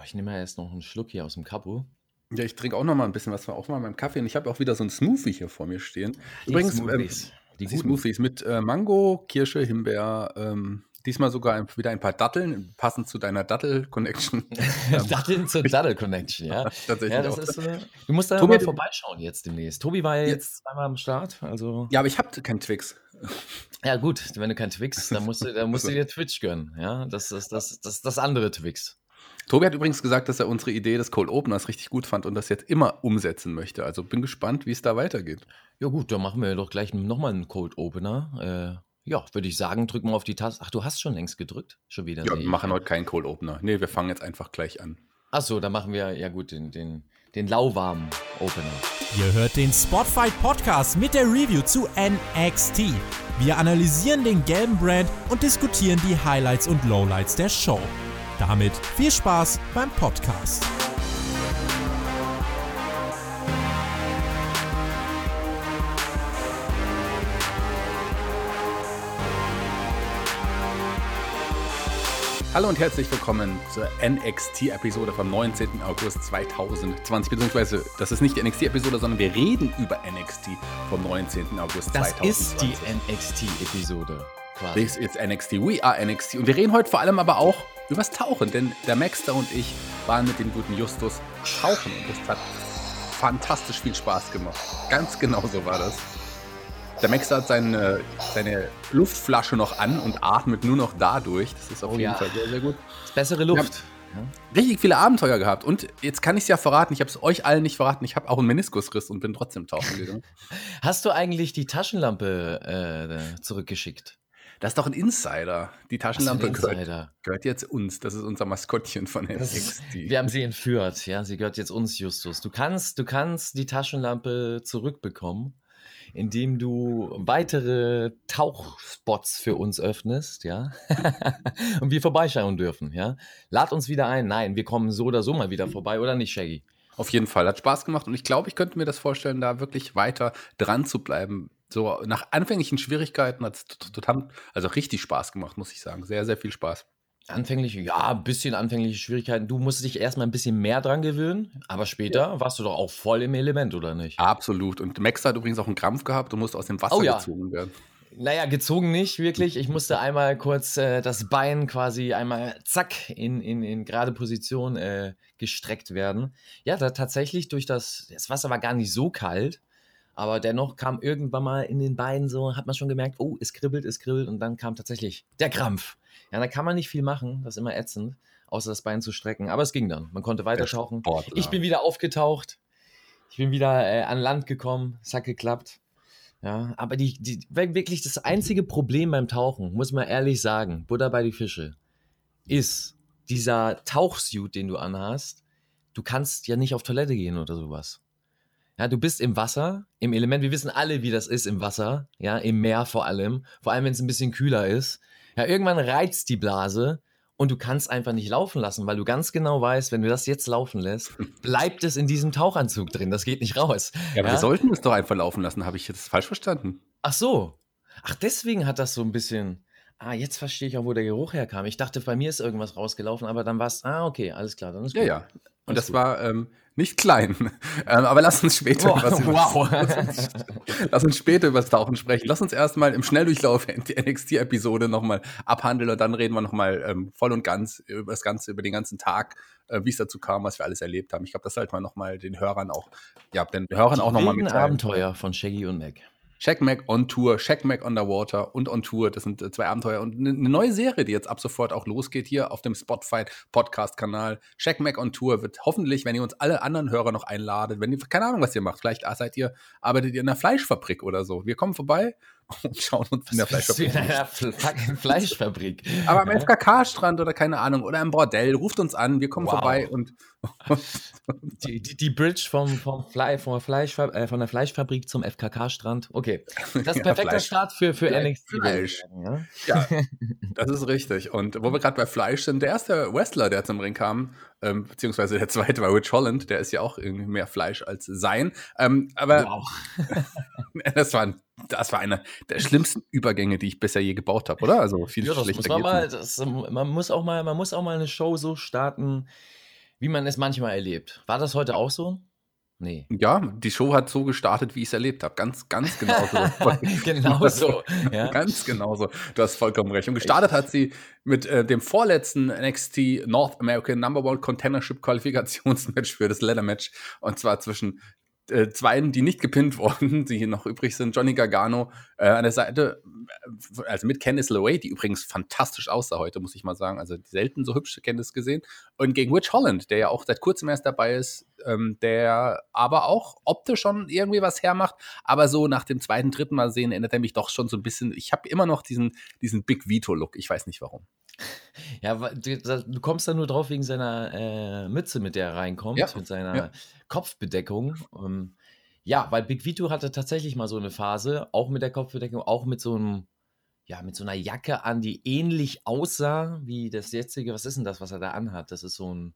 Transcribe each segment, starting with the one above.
Ich nehme mal erst noch einen Schluck hier aus dem Capo. Ja, ich trinke auch noch mal ein bisschen was, auch mal beim Kaffee. Und ich habe auch wieder so 'n Smoothie hier vor mir stehen. Die Übrigens, Smoothies, die die guten. Smoothies mit, Mango, Kirsche, Himbeer, diesmal sogar wieder ein paar Datteln, passend zu deiner Dattel-Connection. Datteln zur Daddel-Connection, ja. Ja, Tatsächlich das auch. ist, du musst da Tobi mal hat vorbeischauen jetzt demnächst. Tobi war ja ja, jetzt zweimal am Start, also ja, aber ich habe keinen Twix. ja gut, wenn du kein Twix, dann musst du Also, dir Twitch gönnen, ja. Das ist das andere Twix. Tobi hat übrigens gesagt, dass er unsere Idee des Cold Openers richtig gut fand und das jetzt immer umsetzen möchte. Also, bin gespannt, wie's da weitergeht. Ja gut, dann machen wir doch gleich noch mal 'n Cold Opener. Ja, würde ich sagen, drück mal auf die Taste. Ach, du hast schon längst gedrückt? Schon wieder, Ja, wir sehe ich, machen ja. heute keinen Cold Opener. Ne, wir fangen jetzt einfach gleich an. Ach so, dann machen wir, ja gut, den lauwarmen Opener. Ihr hört den Spotfight Podcast mit der Review zu NXT. Wir analysieren den gelben Brand und diskutieren die Highlights und Lowlights der Show. Damit viel Spaß beim Podcast. Hallo und herzlich willkommen zur NXT-Episode vom 19. August 2020, beziehungsweise das ist nicht die NXT-Episode, sondern wir reden über NXT vom 19. August Das 2020. ist die NXT-Episode, quasi. This is NXT, we are NXT. Und wir reden heute vor allem aber auch übers Tauchen, denn der Maxter und ich waren mit dem guten Justus tauchen und das hat fantastisch viel Spaß gemacht. Ganz genau so war das. Der Maxter hat seine Luftflasche noch an und atmet nur noch dadurch. Das ist auf jeden Fall sehr, sehr gut. Das ist bessere Luft. Ja. Richtig viele Abenteuer gehabt. Und jetzt kann ich es ja verraten, ich habe es euch allen nicht verraten, ich habe auch einen Meniskusriss und bin trotzdem tauchen gegangen. Hast du eigentlich die Taschenlampe zurückgeschickt? Das ist doch ein Insider. Die Taschenlampe Was für ein Insider? gehört jetzt uns. Das ist unser Maskottchen von NXT. Wir haben sie entführt, ja. Sie gehört jetzt uns, Justus. Du kannst die Taschenlampe zurückbekommen, indem du weitere Tauchspots für uns öffnest, ja. Und wir vorbeischauen dürfen, ja. Lad uns wieder ein. Nein, wir kommen so oder so mal wieder vorbei, oder nicht, Shaggy? Auf jeden Fall. Hat Spaß gemacht. Und ich glaube, ich könnte mir das vorstellen, da wirklich weiter dran zu bleiben. So nach anfänglichen Schwierigkeiten hat es total, also richtig Spaß gemacht, muss ich sagen. Sehr, sehr viel Spaß. Ein bisschen anfängliche Schwierigkeiten. Du musst dich erstmal ein bisschen mehr dran gewöhnen, aber später warst du doch auch voll im Element, oder nicht? Absolut. Und Max hat übrigens auch einen Krampf gehabt und musste aus dem Wasser Oh ja. gezogen werden. Naja, gezogen nicht wirklich. Ich musste einmal kurz das Bein quasi einmal zack in gerade Position gestreckt werden. Ja, da tatsächlich das Wasser war gar nicht so kalt, aber dennoch kam irgendwann mal in den Beinen so, hat man schon gemerkt, oh, es kribbelt und dann kam tatsächlich der Krampf. Ja, da kann man nicht viel machen, das ist immer ätzend, außer das Bein zu strecken, aber es ging dann. Man konnte weiter tauchen. Sportler. Ich bin wieder aufgetaucht, ich bin wieder an Land gekommen, es hat geklappt. Ja, aber wirklich das einzige Problem beim Tauchen, muss man ehrlich sagen, Butter bei die Fische, ist dieser Tauchsuit, den du anhast. Du kannst ja nicht auf Toilette gehen oder sowas. Ja, du bist im Wasser, im Element. Wir wissen alle, wie das ist im Wasser, ja, im Meer vor allem, wenn es ein bisschen kühler ist. Ja, irgendwann reizt die Blase und du kannst einfach nicht laufen lassen, weil du ganz genau weißt, wenn du das jetzt laufen lässt, bleibt es in diesem Tauchanzug drin. Das geht nicht raus. Ja, aber wir sollten es doch einfach laufen lassen. Habe ich jetzt falsch verstanden? Ach so. Ach, deswegen hat das so ein bisschen. Jetzt verstehe ich auch, wo der Geruch herkam. Ich dachte, bei mir ist irgendwas rausgelaufen, aber dann war es. Okay, alles klar, dann ist gut. Ja. Und Alles das war nicht klein. Aber lass uns später lass uns später über das Tauchen sprechen. Lass uns erstmal im Schnelldurchlauf die NXT-Episode nochmal abhandeln und dann reden wir nochmal voll und ganz über das Ganze, über den ganzen Tag, wie es dazu kam, was wir alles erlebt haben. Ich glaube, das sollte man nochmal den Hörern auch nochmal mitteilen. Abenteuer von Shaggy und Mac. Shaq Mac on Tour, Shaq Mac Underwater und on Tour. Das sind zwei Abenteuer und eine neue Serie, die jetzt ab sofort auch losgeht hier auf dem Spotfight Podcast-Kanal. Shaq Mac on Tour wird hoffentlich, wenn ihr uns alle anderen Hörer noch einladet, wenn ihr, keine Ahnung, was ihr macht, vielleicht arbeitet ihr in einer Fleischfabrik oder so. Wir kommen vorbei und schauen uns in der Fleischfabrik. In einer fucking Fleischfabrik. Aber am FKK-Strand oder keine Ahnung, oder im Bordell, ruft uns an, wir kommen vorbei und die Bridge von der Fleischfabrik zum FKK-Strand. Okay, das ist perfekter Start für NXT. Fleisch. Ja, das ist richtig. Und wo wir gerade bei Fleisch sind, der erste Wrestler, der zum Ring kam, beziehungsweise der zweite war Rich Holland, der ist ja auch irgendwie mehr Fleisch als sein. Aber Wow. das war einer der schlimmsten Übergänge, die ich bisher je gebaut habe, oder? Also viel Ja, das schlechter muss man geht's mal, man muss auch mal eine Show so starten, wie man es manchmal erlebt. War das heute auch so? Nee. Ja, die Show hat so gestartet, wie ich es erlebt habe. Ganz genau so. Genau so. Ja. Ganz genau so. Du hast vollkommen recht. Und gestartet hat sie mit dem vorletzten NXT North American Number One Contendership Qualifikationsmatch für das Ladder Match. Und zwar zwischen Zweien, die nicht gepinnt wurden, die hier noch übrig sind. Johnny Gargano an der Seite, also mit Candice LeRae, die übrigens fantastisch aussah heute, muss ich mal sagen. Also selten so hübsche Candice gesehen. Und gegen Ridge Holland, der ja auch seit kurzem erst dabei ist, der aber auch optisch schon irgendwie was hermacht. Aber so nach dem zweiten, dritten Mal sehen, erinnert er mich doch schon so ein bisschen. Ich habe immer noch diesen Big Vito-Look. Ich weiß nicht warum. Ja, du kommst da nur drauf wegen seiner Mütze, mit der er reinkommt, mit seiner Kopfbedeckung. Ja, weil Big Vito hatte tatsächlich mal so eine Phase, auch mit der Kopfbedeckung, auch mit so einem, ja, mit so einer Jacke an, die ähnlich aussah wie das jetzige. Was ist denn das, was er da anhat? Das ist so ein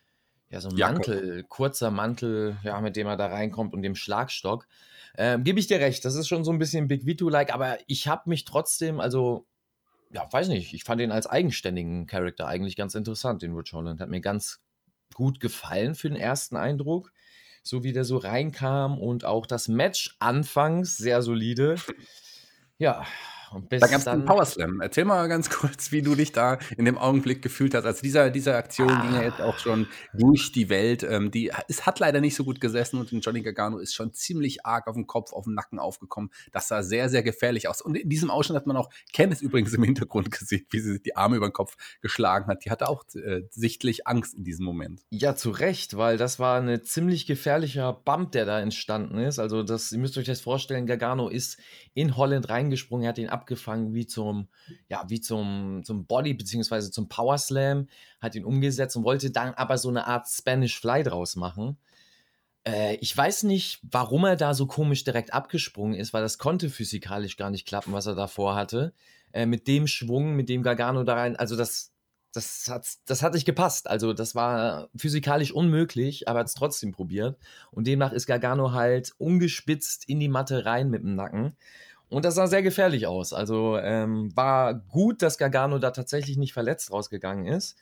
Mantel, kurzer Mantel, ja, mit dem er da reinkommt und dem Schlagstock. Gebe ich dir recht, das ist schon so ein bisschen Big Vito-like, aber ich habe mich trotzdem, also ja, weiß nicht, ich fand ihn als eigenständigen Charakter eigentlich ganz interessant, den Ridge Holland. Hat mir ganz gut gefallen für den ersten Eindruck, so wie der so reinkam und auch das Match anfangs sehr solide. Ja, und bis da gab es dann einen Powerslam. Erzähl mal ganz kurz, wie du dich da in dem Augenblick gefühlt hast. Also diese Aktion ging ja jetzt auch schon durch die Welt. Es hat leider nicht so gut gesessen und Johnny Gargano ist schon ziemlich arg auf den Kopf, auf den Nacken aufgekommen. Das sah sehr, sehr gefährlich aus. Und in diesem Ausschnitt hat man auch Candice übrigens im Hintergrund gesehen, wie sie sich die Arme über den Kopf geschlagen hat. Die hatte auch sichtlich Angst in diesem Moment. Ja, zu Recht, weil das war ein ziemlich gefährlicher Bump, der da entstanden ist. Also ihr müsst euch das vorstellen, Gargano ist in Holland reingesprungen, er hat ihn abgefangen wie zum Body- bzw. zum Power Slam, hat ihn umgesetzt und wollte dann aber so eine Art Spanish Fly draus machen. Ich weiß nicht, warum er da so komisch direkt abgesprungen ist, weil das konnte physikalisch gar nicht klappen, was er davor hatte. Mit dem Schwung, mit dem Gargano da rein, also das hat nicht gepasst. Also das war physikalisch unmöglich, aber hat es trotzdem probiert. Und demnach ist Gargano halt ungespitzt in die Matte rein mit dem Nacken. Und das sah sehr gefährlich aus. Also war gut, dass Gargano da tatsächlich nicht verletzt rausgegangen ist.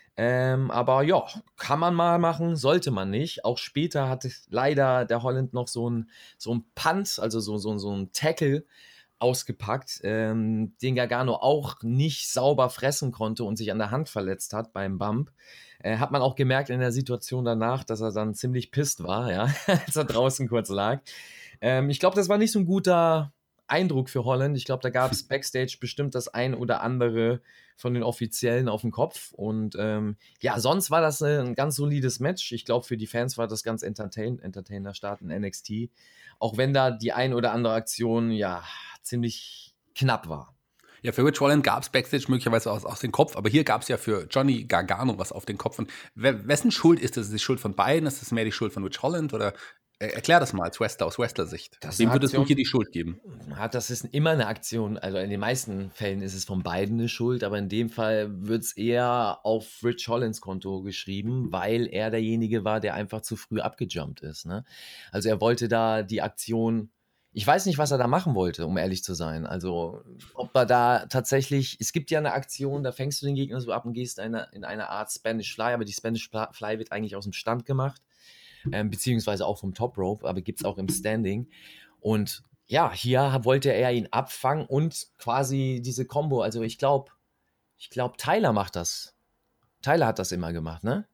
Aber ja, kann man mal machen, sollte man nicht. Auch später hatte leider der Holland noch so ein Punt, also so ein Tackle ausgepackt, den Gargano auch nicht sauber fressen konnte und sich an der Hand verletzt hat beim Bump. Hat man auch gemerkt in der Situation danach, dass er dann ziemlich pisst war, ja, als er draußen kurz lag. Ich glaube, das war nicht so ein guter Eindruck für Holland. Ich glaube, da gab es Backstage bestimmt das ein oder andere von den Offiziellen auf dem Kopf. Und ja, sonst war das ein ganz solides Match. Ich glaube, für die Fans war das ganz Entertainer-Start in NXT. Auch wenn da die ein oder andere Aktion ja ziemlich knapp war. Ja, für Ridge Holland gab es Backstage möglicherweise aus dem Kopf, aber hier gab es ja für Johnny Gargano was auf den Kopf. Und wessen Schuld ist das? Ist es die Schuld von beiden? Ist es mehr die Schuld von Ridge Holland? Oder erklär das mal als Wrestler, aus Wrestler-Sicht. Wem würdest du hier die Schuld geben? Das ist immer eine Aktion, also in den meisten Fällen ist es von beiden eine Schuld, aber in dem Fall wird es eher auf Ridge Hollands Konto geschrieben, weil er derjenige war, der einfach zu früh abgejumpt ist. Ne? Also er wollte da die Aktion, ich weiß nicht, was er da machen wollte, um ehrlich zu sein. Also ob er da tatsächlich, es gibt ja eine Aktion, da fängst du den Gegner so ab und gehst in eine Art Spanish Fly, aber die Spanish Fly wird eigentlich aus dem Stand gemacht. Beziehungsweise auch vom Top Rope, aber gibt es auch im Standing. Und ja, hier wollte er ihn abfangen und quasi diese Combo, also ich glaube, Tyler macht das. Tyler hat das immer gemacht, ne?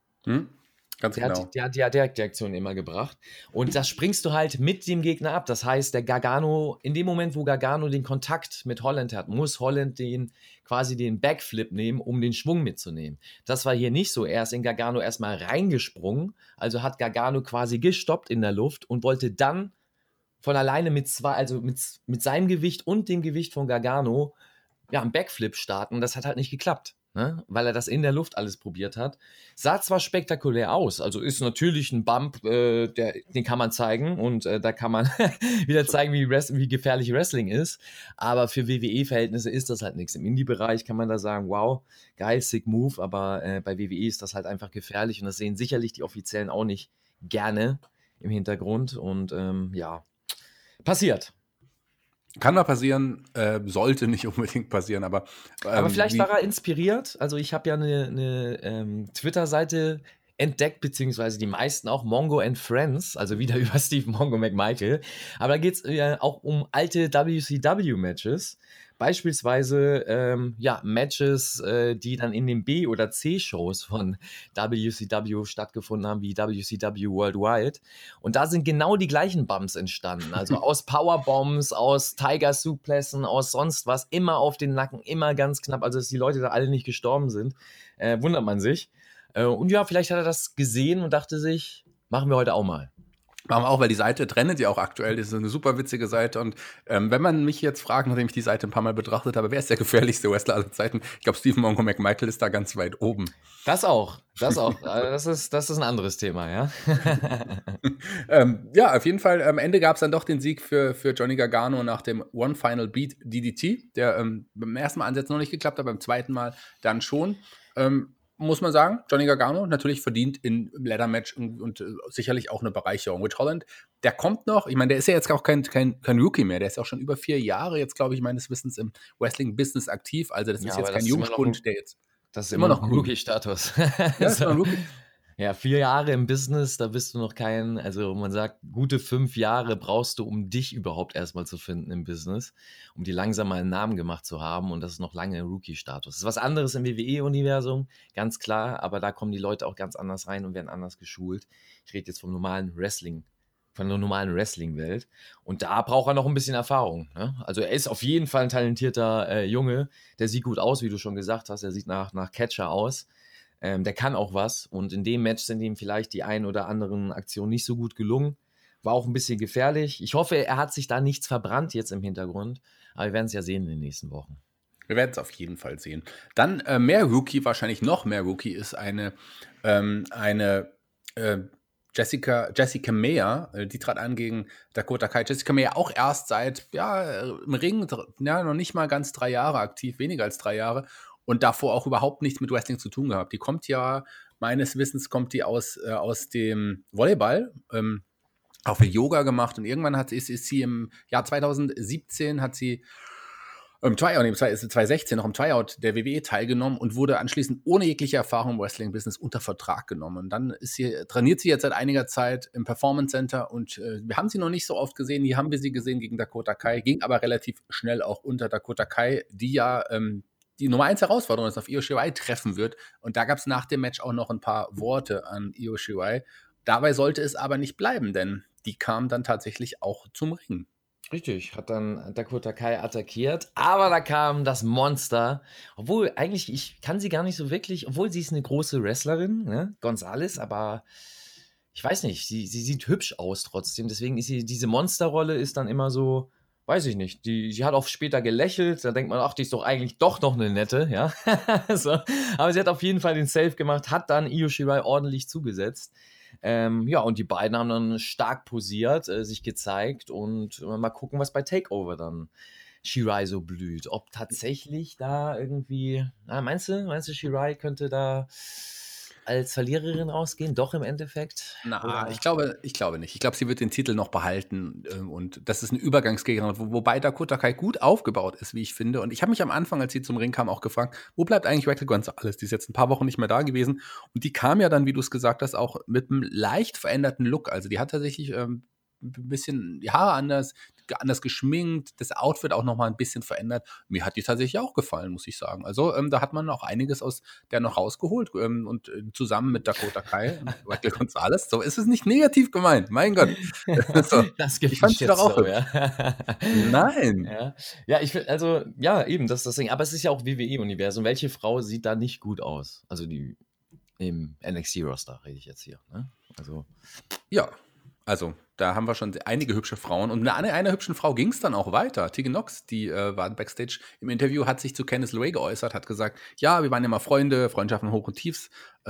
Ganz genau. Der hat die Aktion immer gebracht. Und das springst du halt mit dem Gegner ab. Das heißt, der Gargano, in dem Moment, wo Gargano den Kontakt mit Holland hat, muss Holland quasi den Backflip nehmen, um den Schwung mitzunehmen. Das war hier nicht so. Er ist in Gargano erstmal reingesprungen, also hat Gargano quasi gestoppt in der Luft und wollte dann von alleine mit seinem Gewicht und dem Gewicht von Gargano ja, einen Backflip starten. Das hat halt nicht geklappt. Ne? Weil er das in der Luft alles probiert hat. Sah zwar spektakulär aus, also ist natürlich ein Bump, den kann man zeigen und da kann man wieder zeigen, wie gefährlich Wrestling ist, aber für WWE-Verhältnisse ist das halt nichts. Im Indie-Bereich kann man da sagen, wow, geil, sick move, aber bei WWE ist das halt einfach gefährlich und das sehen sicherlich die Offiziellen auch nicht gerne im Hintergrund und ja, passiert. Kann mal passieren, sollte nicht unbedingt passieren, aber vielleicht war er inspiriert. Also ich habe ja eine Twitter-Seite entdeckt, beziehungsweise die meisten auch, Mongo and Friends, also wieder über Steve Mongo McMichael. Aber da geht es auch um alte WCW-Matches. Beispielsweise Matches, die dann in den B- oder C-Shows von WCW stattgefunden haben, wie WCW Worldwide. Und da sind genau die gleichen Bumps entstanden. Also aus Powerbombs, aus Tiger-Suplessen, aus sonst was. Immer auf den Nacken, immer ganz knapp. Also dass die Leute da alle nicht gestorben sind, wundert man sich. Und ja, vielleicht hat er das gesehen und dachte sich, machen wir heute auch mal. Machen wir auch, weil die Seite trendet ja auch aktuell. Das ist eine super witzige Seite. Und wenn man mich jetzt fragt, nachdem ich die Seite ein paar Mal betrachtet habe, wer ist der gefährlichste Wrestler aller Zeiten? Ich glaube, Steve Mongo McMichael ist da ganz weit oben. Das auch. Also das ist ein anderes Thema, ja. Ja, auf jeden Fall. Am Ende gab es dann doch den Sieg für Johnny Gargano nach dem One Final Beat DDT, der beim ersten Mal ansetzen noch nicht geklappt hat, beim zweiten Mal dann schon. Muss man sagen, Johnny Gargano natürlich verdient im Ladder-Match und sicherlich auch eine Bereicherung. Rich Holland, der kommt noch, ich meine, der ist ja jetzt auch kein Rookie mehr, der ist auch schon über 4 Jahre jetzt, glaube ich, meines Wissens im Wrestling-Business aktiv, also das ist jetzt kein Jungspund, der jetzt... Das ist immer noch ein Rookie-Status. Ja, ist immer ein Rookie. Ja, 4 Jahre im Business, da bist du noch also man sagt, gute 5 Jahre brauchst du, um dich überhaupt erstmal zu finden im Business, um dir langsam mal einen Namen gemacht zu haben und das ist noch lange Rookie-Status. Das ist was anderes im WWE-Universum, ganz klar, aber da kommen die Leute auch ganz anders rein und werden anders geschult. Ich rede jetzt vom normalen Wrestling, von der normalen Wrestling-Welt und da braucht er noch ein bisschen Erfahrung. Ne? Also er ist auf jeden Fall ein talentierter Junge, der sieht gut aus, wie du schon gesagt hast, er sieht nach Catcher aus. Der kann auch was und in dem Match sind ihm vielleicht die ein oder anderen Aktionen nicht so gut gelungen. War auch ein bisschen gefährlich. Ich hoffe, er hat sich da nichts verbrannt jetzt im Hintergrund, aber wir werden es ja sehen in den nächsten Wochen. Wir werden es auf jeden Fall sehen. Dann mehr Rookie, wahrscheinlich noch mehr Rookie, ist eine Jessica Meyer, die trat an gegen Dakota Kai. Jessica Meyer auch erst seit im Ring, noch nicht mal ganz 3 Jahre aktiv, weniger als 3 Jahre. Und davor auch überhaupt nichts mit Wrestling zu tun gehabt. Die kommt ja, meines Wissens, aus dem Volleyball, auch viel Yoga gemacht und irgendwann ist sie im Jahr 2017 hat sie 2016 noch im Tryout der WWE teilgenommen und wurde anschließend ohne jegliche Erfahrung im Wrestling-Business unter Vertrag genommen. Und dann trainiert sie jetzt seit einiger Zeit im Performance Center und wir haben sie noch nicht so oft gesehen. Hier haben wir sie gesehen gegen Dakota Kai, ging aber relativ schnell auch unter Dakota Kai, die ja die Nummer 1 Herausforderung ist, auf Io Shirai treffen wird. Und da gab es nach dem Match auch noch ein paar Worte an Io Shirai. Dabei sollte es aber nicht bleiben, denn die kam dann tatsächlich auch zum Ring. Richtig, hat dann Dakota Kai attackiert, aber da kam das Monster, obwohl eigentlich, ich kann sie gar nicht so wirklich, obwohl sie ist eine große Wrestlerin, ne? González, aber ich weiß nicht, sie sieht hübsch aus trotzdem, deswegen ist diese Monsterrolle ist dann immer so, weiß ich nicht, sie hat auch später gelächelt, da denkt man, ach, die ist doch eigentlich doch noch eine nette, ja, so. Aber sie hat auf jeden Fall den Save gemacht, hat dann Io Shirai ordentlich zugesetzt. Und die beiden haben dann stark posiert, sich gezeigt und mal gucken, was bei Takeover dann Shirai so blüht. Ob tatsächlich da irgendwie, meinst du, Shirai könnte da als Verliererin rausgehen? Doch im Endeffekt? Ich glaube nicht. Ich glaube, sie wird den Titel noch behalten und das ist eine Übergangsgegnerin, wobei Dakota Kai gut aufgebaut ist, wie ich finde. Und ich habe mich am Anfang, als sie zum Ring kam, auch gefragt, wo bleibt eigentlich Raquel González? Die ist jetzt ein paar Wochen nicht mehr da gewesen und die kam ja dann, wie du es gesagt hast, auch mit einem leicht veränderten Look. Also die hat tatsächlich ein bisschen die Haare anders geschminkt, das Outfit auch nochmal ein bisschen verändert. Mir hat die tatsächlich auch gefallen, muss ich sagen. Also da hat man auch einiges aus der noch rausgeholt und zusammen mit Dakota Kai und Raquel González. So ist es nicht negativ gemeint, mein Gott. So, das ich fand es doch auch. So, ja. Nein. Ja, ich finde, also, ja, eben, das ist das Ding. Aber es ist ja auch WWE-Universum. Welche Frau sieht da nicht gut aus? Also die im NXT-Roster rede ich jetzt hier. Ne? Also. Ja. Also, da haben wir schon einige hübsche Frauen. Und einer hübschen Frau ging es dann auch weiter. Tegan Nox, die war Backstage im Interview, hat sich zu Candice LeRae geäußert, hat gesagt, ja, wir waren ja mal Freunde, Freundschaften hoch und tiefs.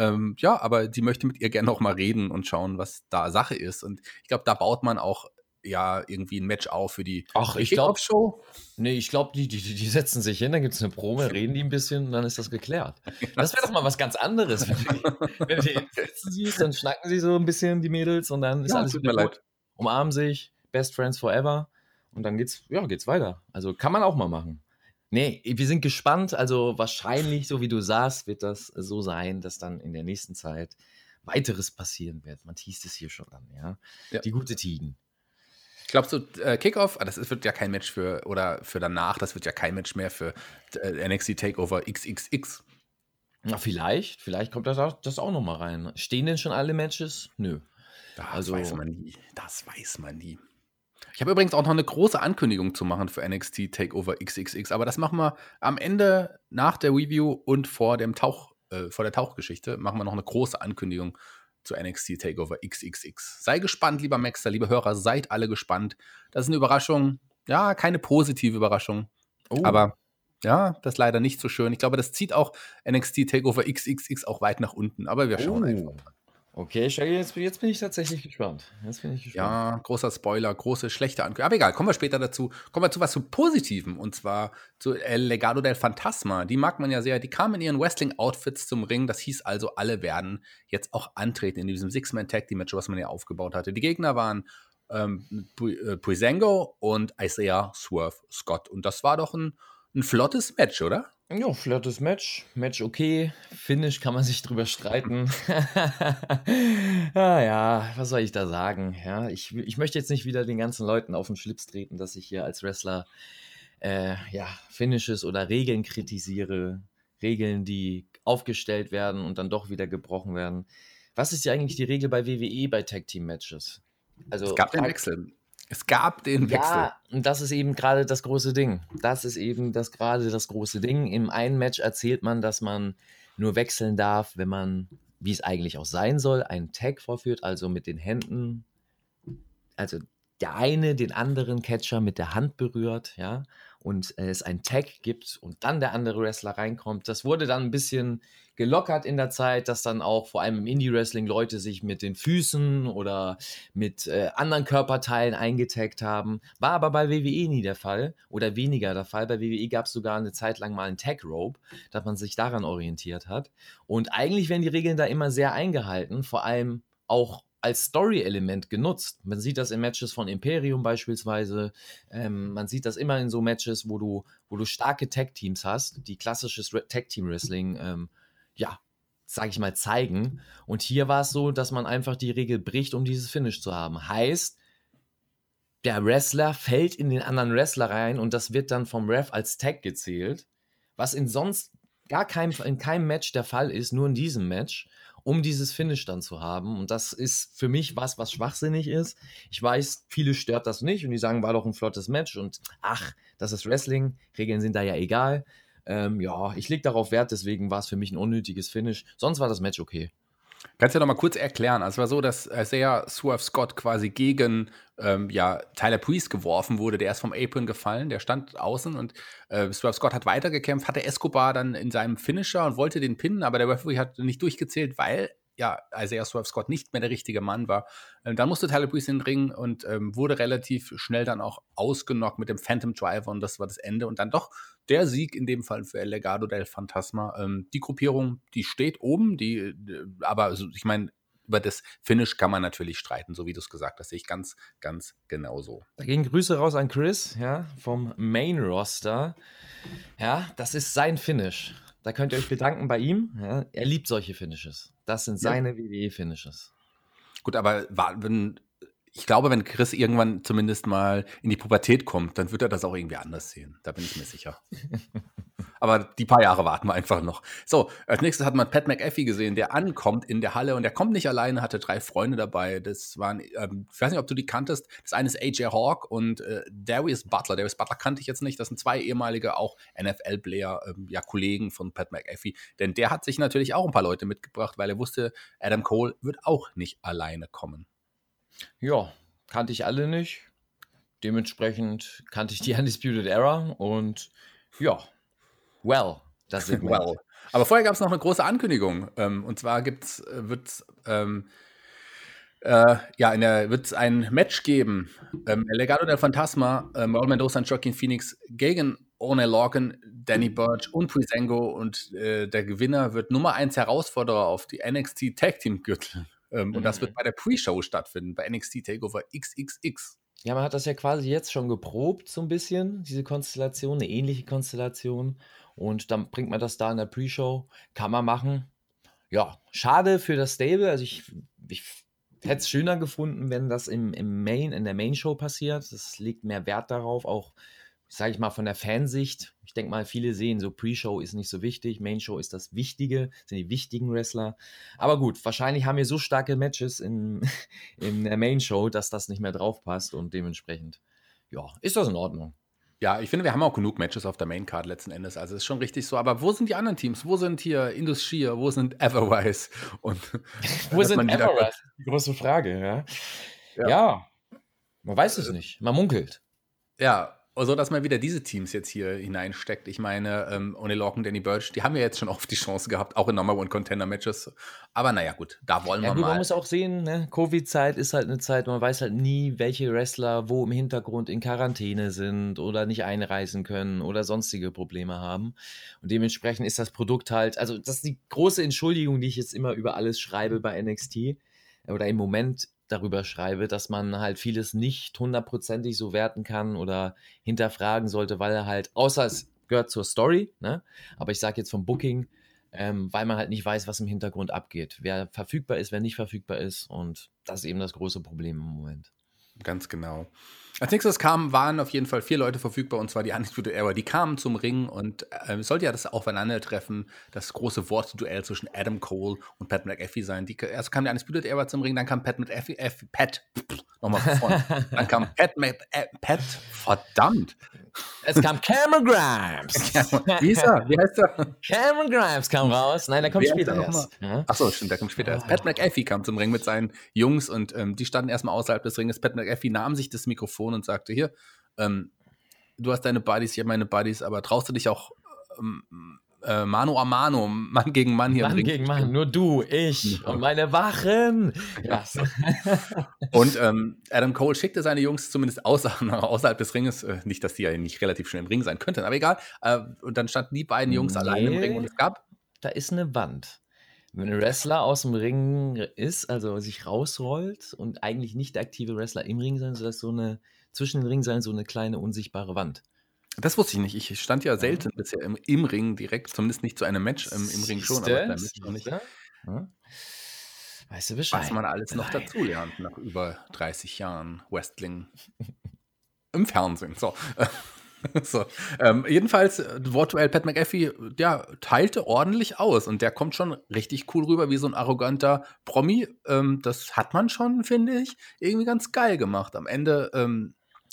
Aber sie möchte mit ihr gerne auch mal reden und schauen, was da Sache ist. Und ich glaube, da baut man auch irgendwie ein Match auf für die Show. Nee, ich glaube, die setzen sich hin, dann gibt es eine Promo, reden die ein bisschen und dann ist das geklärt. Das wäre doch mal was ganz anderes. Wenn die sitzen siehst, dann schnacken sie so ein bisschen, die Mädels, und dann ist alles wieder gut. Umarmen sich, Best Friends Forever und dann geht's weiter. Also kann man auch mal machen. Nee, wir sind gespannt. Also wahrscheinlich, so wie du sagst, wird das so sein, dass dann in der nächsten Zeit weiteres passieren wird. Man teast es hier schon an, ja. Ja. Die gute Tigen. Glaubst du, Kickoff, wird ja kein Match für danach, das wird ja kein Match mehr für NXT Takeover XXX. Na, vielleicht kommt das auch nochmal rein. Stehen denn schon alle Matches? Nö. Das weiß man nie. Ich habe übrigens auch noch eine große Ankündigung zu machen für NXT Takeover XXX, aber das machen wir am Ende nach der Review und vor der Tauchgeschichte machen wir noch eine große Ankündigung zu NXT Takeover XXX. Sei gespannt, lieber Maxter, liebe Hörer, seid alle gespannt. Das ist eine Überraschung, ja, keine positive Überraschung, aber ja, das ist leider nicht so schön. Ich glaube, das zieht auch NXT Takeover XXX auch weit nach unten, aber wir schauen einfach. Okay, Shaggy, jetzt bin ich tatsächlich gespannt. Ja, großer Spoiler, große, schlechte Ankündigung. Aber egal, kommen wir später dazu. Kommen wir zu was zu Positivem, und zwar zu El Legado del Fantasma. Die mag man ja sehr. Die kamen in ihren Wrestling-Outfits zum Ring. Das hieß also, alle werden jetzt auch antreten in diesem Six-Man-Tag-Team-Match, was man ja aufgebaut hatte. Die Gegner waren Breezango und Isaiah Swerve Scott. Und das war doch ein flottes Match, oder? Ja, flottes Match. Match okay. Finish kann man sich drüber streiten. Ja, was soll ich da sagen? Ja, ich möchte jetzt nicht wieder den ganzen Leuten auf den Schlips treten, dass ich hier als Wrestler Finishes oder Regeln kritisiere. Regeln, die aufgestellt werden und dann doch wieder gebrochen werden. Was ist ja eigentlich die Regel bei WWE bei Tag-Team-Matches? Also, es gab den Wechsel. Ja, und das ist eben gerade das große Ding. Das große Ding. Im einen Match erzählt man, dass man nur wechseln darf, wenn man, wie es eigentlich auch sein soll, einen Tag vorführt, also mit den Händen, also der eine den anderen Catcher mit der Hand berührt, ja, und es einen Tag gibt und dann der andere Wrestler reinkommt. Das wurde dann ein bisschen gelockert in der Zeit, dass dann auch vor allem im Indie-Wrestling Leute sich mit den Füßen oder mit anderen Körperteilen eingetaggt haben. War aber bei WWE nie der Fall oder weniger der Fall. Bei WWE gab es sogar eine Zeit lang mal einen Tag-Rope, dass man sich daran orientiert hat. Und eigentlich werden die Regeln da immer sehr eingehalten, vor allem auch als Story-Element genutzt. Man sieht das in Matches von Imperium beispielsweise. Man sieht das immer in so Matches, wo du starke Tag-Teams hast, die klassisches Tag-Team-Wrestling sag ich mal, zeigen. Und hier war es so, dass man einfach die Regel bricht, um dieses Finish zu haben. Heißt, der Wrestler fällt in den anderen Wrestler rein und das wird dann vom Ref als Tag gezählt, was in keinem Match der Fall ist, nur in diesem Match, um dieses Finish dann zu haben. Und das ist für mich was schwachsinnig ist. Ich weiß, viele stört das nicht und die sagen, war doch ein flottes Match und das ist Wrestling, Regeln sind da ja egal. Ich lege darauf Wert, deswegen war es für mich ein unnötiges Finish. Sonst war das Match okay. Kannst du ja noch mal kurz erklären. Also es war so, dass Isaiah Swerve Scott quasi gegen Tyler Breeze geworfen wurde. Der ist vom Apron gefallen, der stand außen und Swerve Scott hat weitergekämpft, hatte Escobar dann in seinem Finisher und wollte den pinnen, aber der Referee hat nicht durchgezählt, weil Isaiah Swerve Scott nicht mehr der richtige Mann war. Dann musste Tyler Breeze in den Ring und wurde relativ schnell dann auch ausgenockt mit dem Phantom Driver und das war das Ende. Und dann doch der Sieg in dem Fall für El Legado del Fantasma. Die Gruppierung, die steht oben, aber ich meine, über das Finish kann man natürlich streiten, so wie du es gesagt hast, sehe ich ganz, ganz genauso. Da gehen Grüße raus an Chris, ja, vom Main Roster. Ja, das ist sein Finish. Da könnt ihr euch bedanken bei ihm. Ja, er liebt solche Finishes. Das sind seine WWE-Finishes. Gut, aber ich glaube, wenn Chris irgendwann zumindest mal in die Pubertät kommt, dann wird er das auch irgendwie anders sehen. Da bin ich mir sicher. Aber die paar Jahre warten wir einfach noch. So, als nächstes hat man Pat McAfee gesehen, der ankommt in der Halle und der kommt nicht alleine, hatte 3 Freunde dabei. Das waren, ich weiß nicht, ob du die kanntest. Das eine ist AJ Hawk und Darius Butler. Darius Butler kannte ich jetzt nicht. Das sind 2 ehemalige auch NFL-Player, Kollegen von Pat McAfee. Denn der hat sich natürlich auch ein paar Leute mitgebracht, weil er wusste, Adam Cole wird auch nicht alleine kommen. Ja, kannte ich alle nicht. Dementsprechend kannte ich die Undisputed Era und das ist Aber vorher gab es noch eine große Ankündigung. Und zwar wird es ein Match geben. El Legado del Fantasma, Raul Mendoza und Joaquin Phoenix gegen Oney Lorcan, Danny Burch und Breezango. Und der Gewinner wird Nummer 1 Herausforderer auf die NXT Tag Team Gürtel. Und das wird bei der Pre-Show stattfinden, bei NXT Takeover XXX. Ja, man hat das ja quasi jetzt schon geprobt, so ein bisschen, diese Konstellation, eine ähnliche Konstellation. Und dann bringt man das da in der Pre-Show. Kann man machen. Ja, schade für das Stable. Also ich hätte es schöner gefunden, wenn das in der Main-Show passiert. Das legt mehr Wert darauf, auch, sage ich mal, von der Fansicht. Ich denke mal, viele sehen, so Pre-Show ist nicht so wichtig, Main-Show ist das Wichtige, sind die wichtigen Wrestler. Aber gut, wahrscheinlich haben wir so starke Matches in der Main-Show, dass das nicht mehr drauf passt und dementsprechend, ja, ist das in Ordnung. Ja, ich finde, wir haben auch genug Matches auf der Maincard letzten Endes. Also ist schon richtig so. Aber wo sind die anderen Teams? Wo sind hier Indus Shear? Wo sind Everwise? Und wo sind Everwise? Die große Frage, ja. Man weiß es nicht. Man munkelt. Ja, so dass man wieder diese Teams jetzt hier hineinsteckt. Ich meine, Oney Lorcan, Danny Burch, die haben ja jetzt schon oft die Chance gehabt, auch in Number One Contender Matches. Aber naja, gut, da wollen wir mal. Man muss auch sehen, ne? Covid-Zeit ist halt eine Zeit, man weiß halt nie, welche Wrestler wo im Hintergrund in Quarantäne sind oder nicht einreisen können oder sonstige Probleme haben. Und dementsprechend ist das Produkt halt, also das ist die große Entschuldigung, die ich jetzt immer über alles schreibe bei NXT oder im Moment darüber schreibe, dass man halt vieles nicht hundertprozentig so werten kann oder hinterfragen sollte, weil er halt, außer es gehört zur Story, ne? Aber ich sage jetzt vom Booking, weil man halt nicht weiß, was im Hintergrund abgeht. Wer verfügbar ist, wer nicht verfügbar ist, und das ist eben das große Problem im Moment. Ganz genau. Als nächstes waren auf jeden Fall 4 Leute verfügbar, und zwar die Undisputed Era. Die kamen zum Ring und sollte ja das Aufeinandertreffen, das große Wortduell zwischen Adam Cole und Pat McAfee sein. Erst kam die Undisputed Era zum Ring, dann kam Pat McAfee, nochmal von vorne. Dann kam Pat, verdammt. Es kam Cameron Grimes. Wie ist er? Wie heißt er? Cameron Grimes kam raus. Nein, der kommt später erst. Ja? Achso, stimmt, der kommt später erst. Pat McAfee kam zum Ring mit seinen Jungs und die standen erstmal außerhalb des Ringes. Pat McAfee nahm sich das Mikrofon und sagte, hier, du hast deine Buddies, ich habe meine Buddies, aber traust du dich auch Mano a Mano, Mann gegen Mann hier im Ring? Mann gegen Mann, nur du, ich und meine Wachen. Ja. Und Adam Cole schickte seine Jungs zumindest außerhalb des Ringes, nicht, dass die ja nicht relativ schnell im Ring sein könnten, aber egal. Und dann standen die beiden Jungs allein im Ring und es gab... Da ist eine Wand. Wenn ein Wrestler aus dem Ring ist, also sich rausrollt und eigentlich nicht der aktive Wrestler im Ring sein, sodass zwischen den Ring so eine kleine unsichtbare Wand. Das wusste ich nicht. Ich stand ja selten bisher im Ring direkt, zumindest nicht zu einem Match im Ring schon, aber beim Match noch nicht. Ja. Weißt du Bescheid? Was man alles noch dazu lernt nach über 30 Jahren Wrestling im Fernsehen. So. Jedenfalls, Wortduell Pat McAfee, der teilte ordentlich aus und der kommt schon richtig cool rüber, wie so ein arroganter Promi. Das hat man schon, finde ich, irgendwie ganz geil gemacht. Am Ende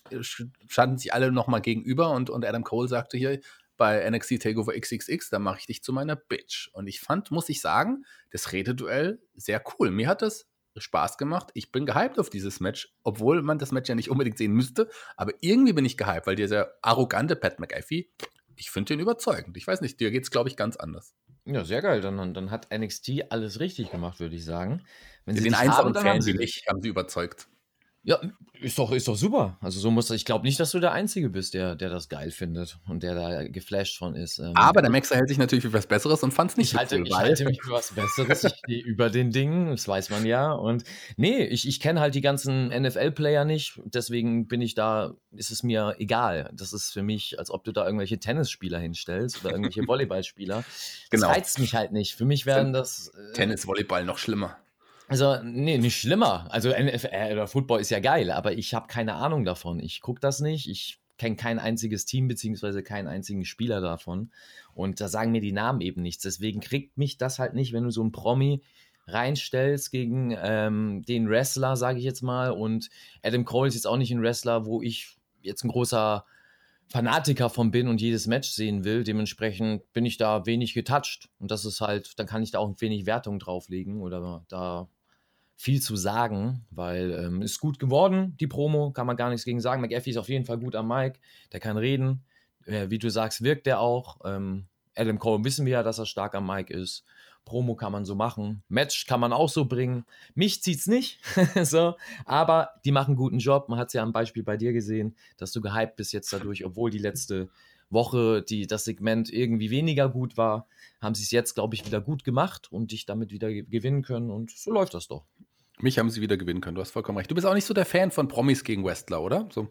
standen sich alle nochmal gegenüber und Adam Cole sagte hier bei NXT TakeOver XXX, da mache ich dich zu meiner Bitch. Und ich fand, muss ich sagen, das Rededuell sehr cool. Mir hat das Spaß gemacht. Ich bin gehypt auf dieses Match, obwohl man das Match ja nicht unbedingt sehen müsste. Aber irgendwie bin ich gehypt, weil dieser arrogante Pat McAfee, ich finde den überzeugend. Ich weiß nicht, dir geht es, glaube ich, ganz anders. Ja, sehr geil. Dann hat NXT alles richtig gemacht, würde ich sagen. Wenn sie den einfachen Fan wie mich haben sie überzeugt. Ja, ist doch super. Also ich glaube nicht, dass du der Einzige bist, der das geil findet und der da geflasht von ist. Aber der Maxer hält sich natürlich für was Besseres und fand es nicht Ich halte mich für was Besseres. Ich stehe über den Dingen, das weiß man ja. Und nee, ich kenne halt die ganzen NFL-Player nicht, deswegen ist es mir egal. Das ist für mich, als ob du da irgendwelche Tennisspieler hinstellst oder irgendwelche Volleyballspieler. Genau. Das reizt mich halt nicht. Für mich wären das... Tennis, Volleyball noch schlimmer. Also, nee, nicht schlimmer. Also, NFL oder Football ist ja geil, aber ich habe keine Ahnung davon. Ich gucke das nicht. Ich kenne kein einziges Team beziehungsweise keinen einzigen Spieler davon. Und da sagen mir die Namen eben nichts. Deswegen kriegt mich das halt nicht, wenn du so einen Promi reinstellst gegen den Wrestler, sage ich jetzt mal. Und Adam Cole ist jetzt auch nicht ein Wrestler, wo ich jetzt ein großer Fanatiker von bin und jedes Match sehen will. Dementsprechend bin ich da wenig getoucht. Und das ist halt, dann kann ich da auch wenig Wertung drauflegen oder da viel zu sagen, weil ist gut geworden, die Promo, kann man gar nichts gegen sagen. McAfee ist auf jeden Fall gut am Mic, der kann reden. Wie du sagst, wirkt der auch. Adam Cole wissen wir ja, dass er stark am Mic ist. Promo kann man so machen. Match kann man auch so bringen. Mich zieht's nicht. So, aber die machen einen guten Job. Man hat es ja am Beispiel bei dir gesehen, dass du gehypt bist jetzt dadurch, obwohl die letzte Woche das Segment irgendwie weniger gut war, haben sie es jetzt, glaube ich, wieder gut gemacht und dich damit wieder gewinnen können. Und so läuft das doch. Mich haben sie wieder gewinnen können. Du hast vollkommen recht. Du bist auch nicht so der Fan von Promis gegen Wrestler, oder? So.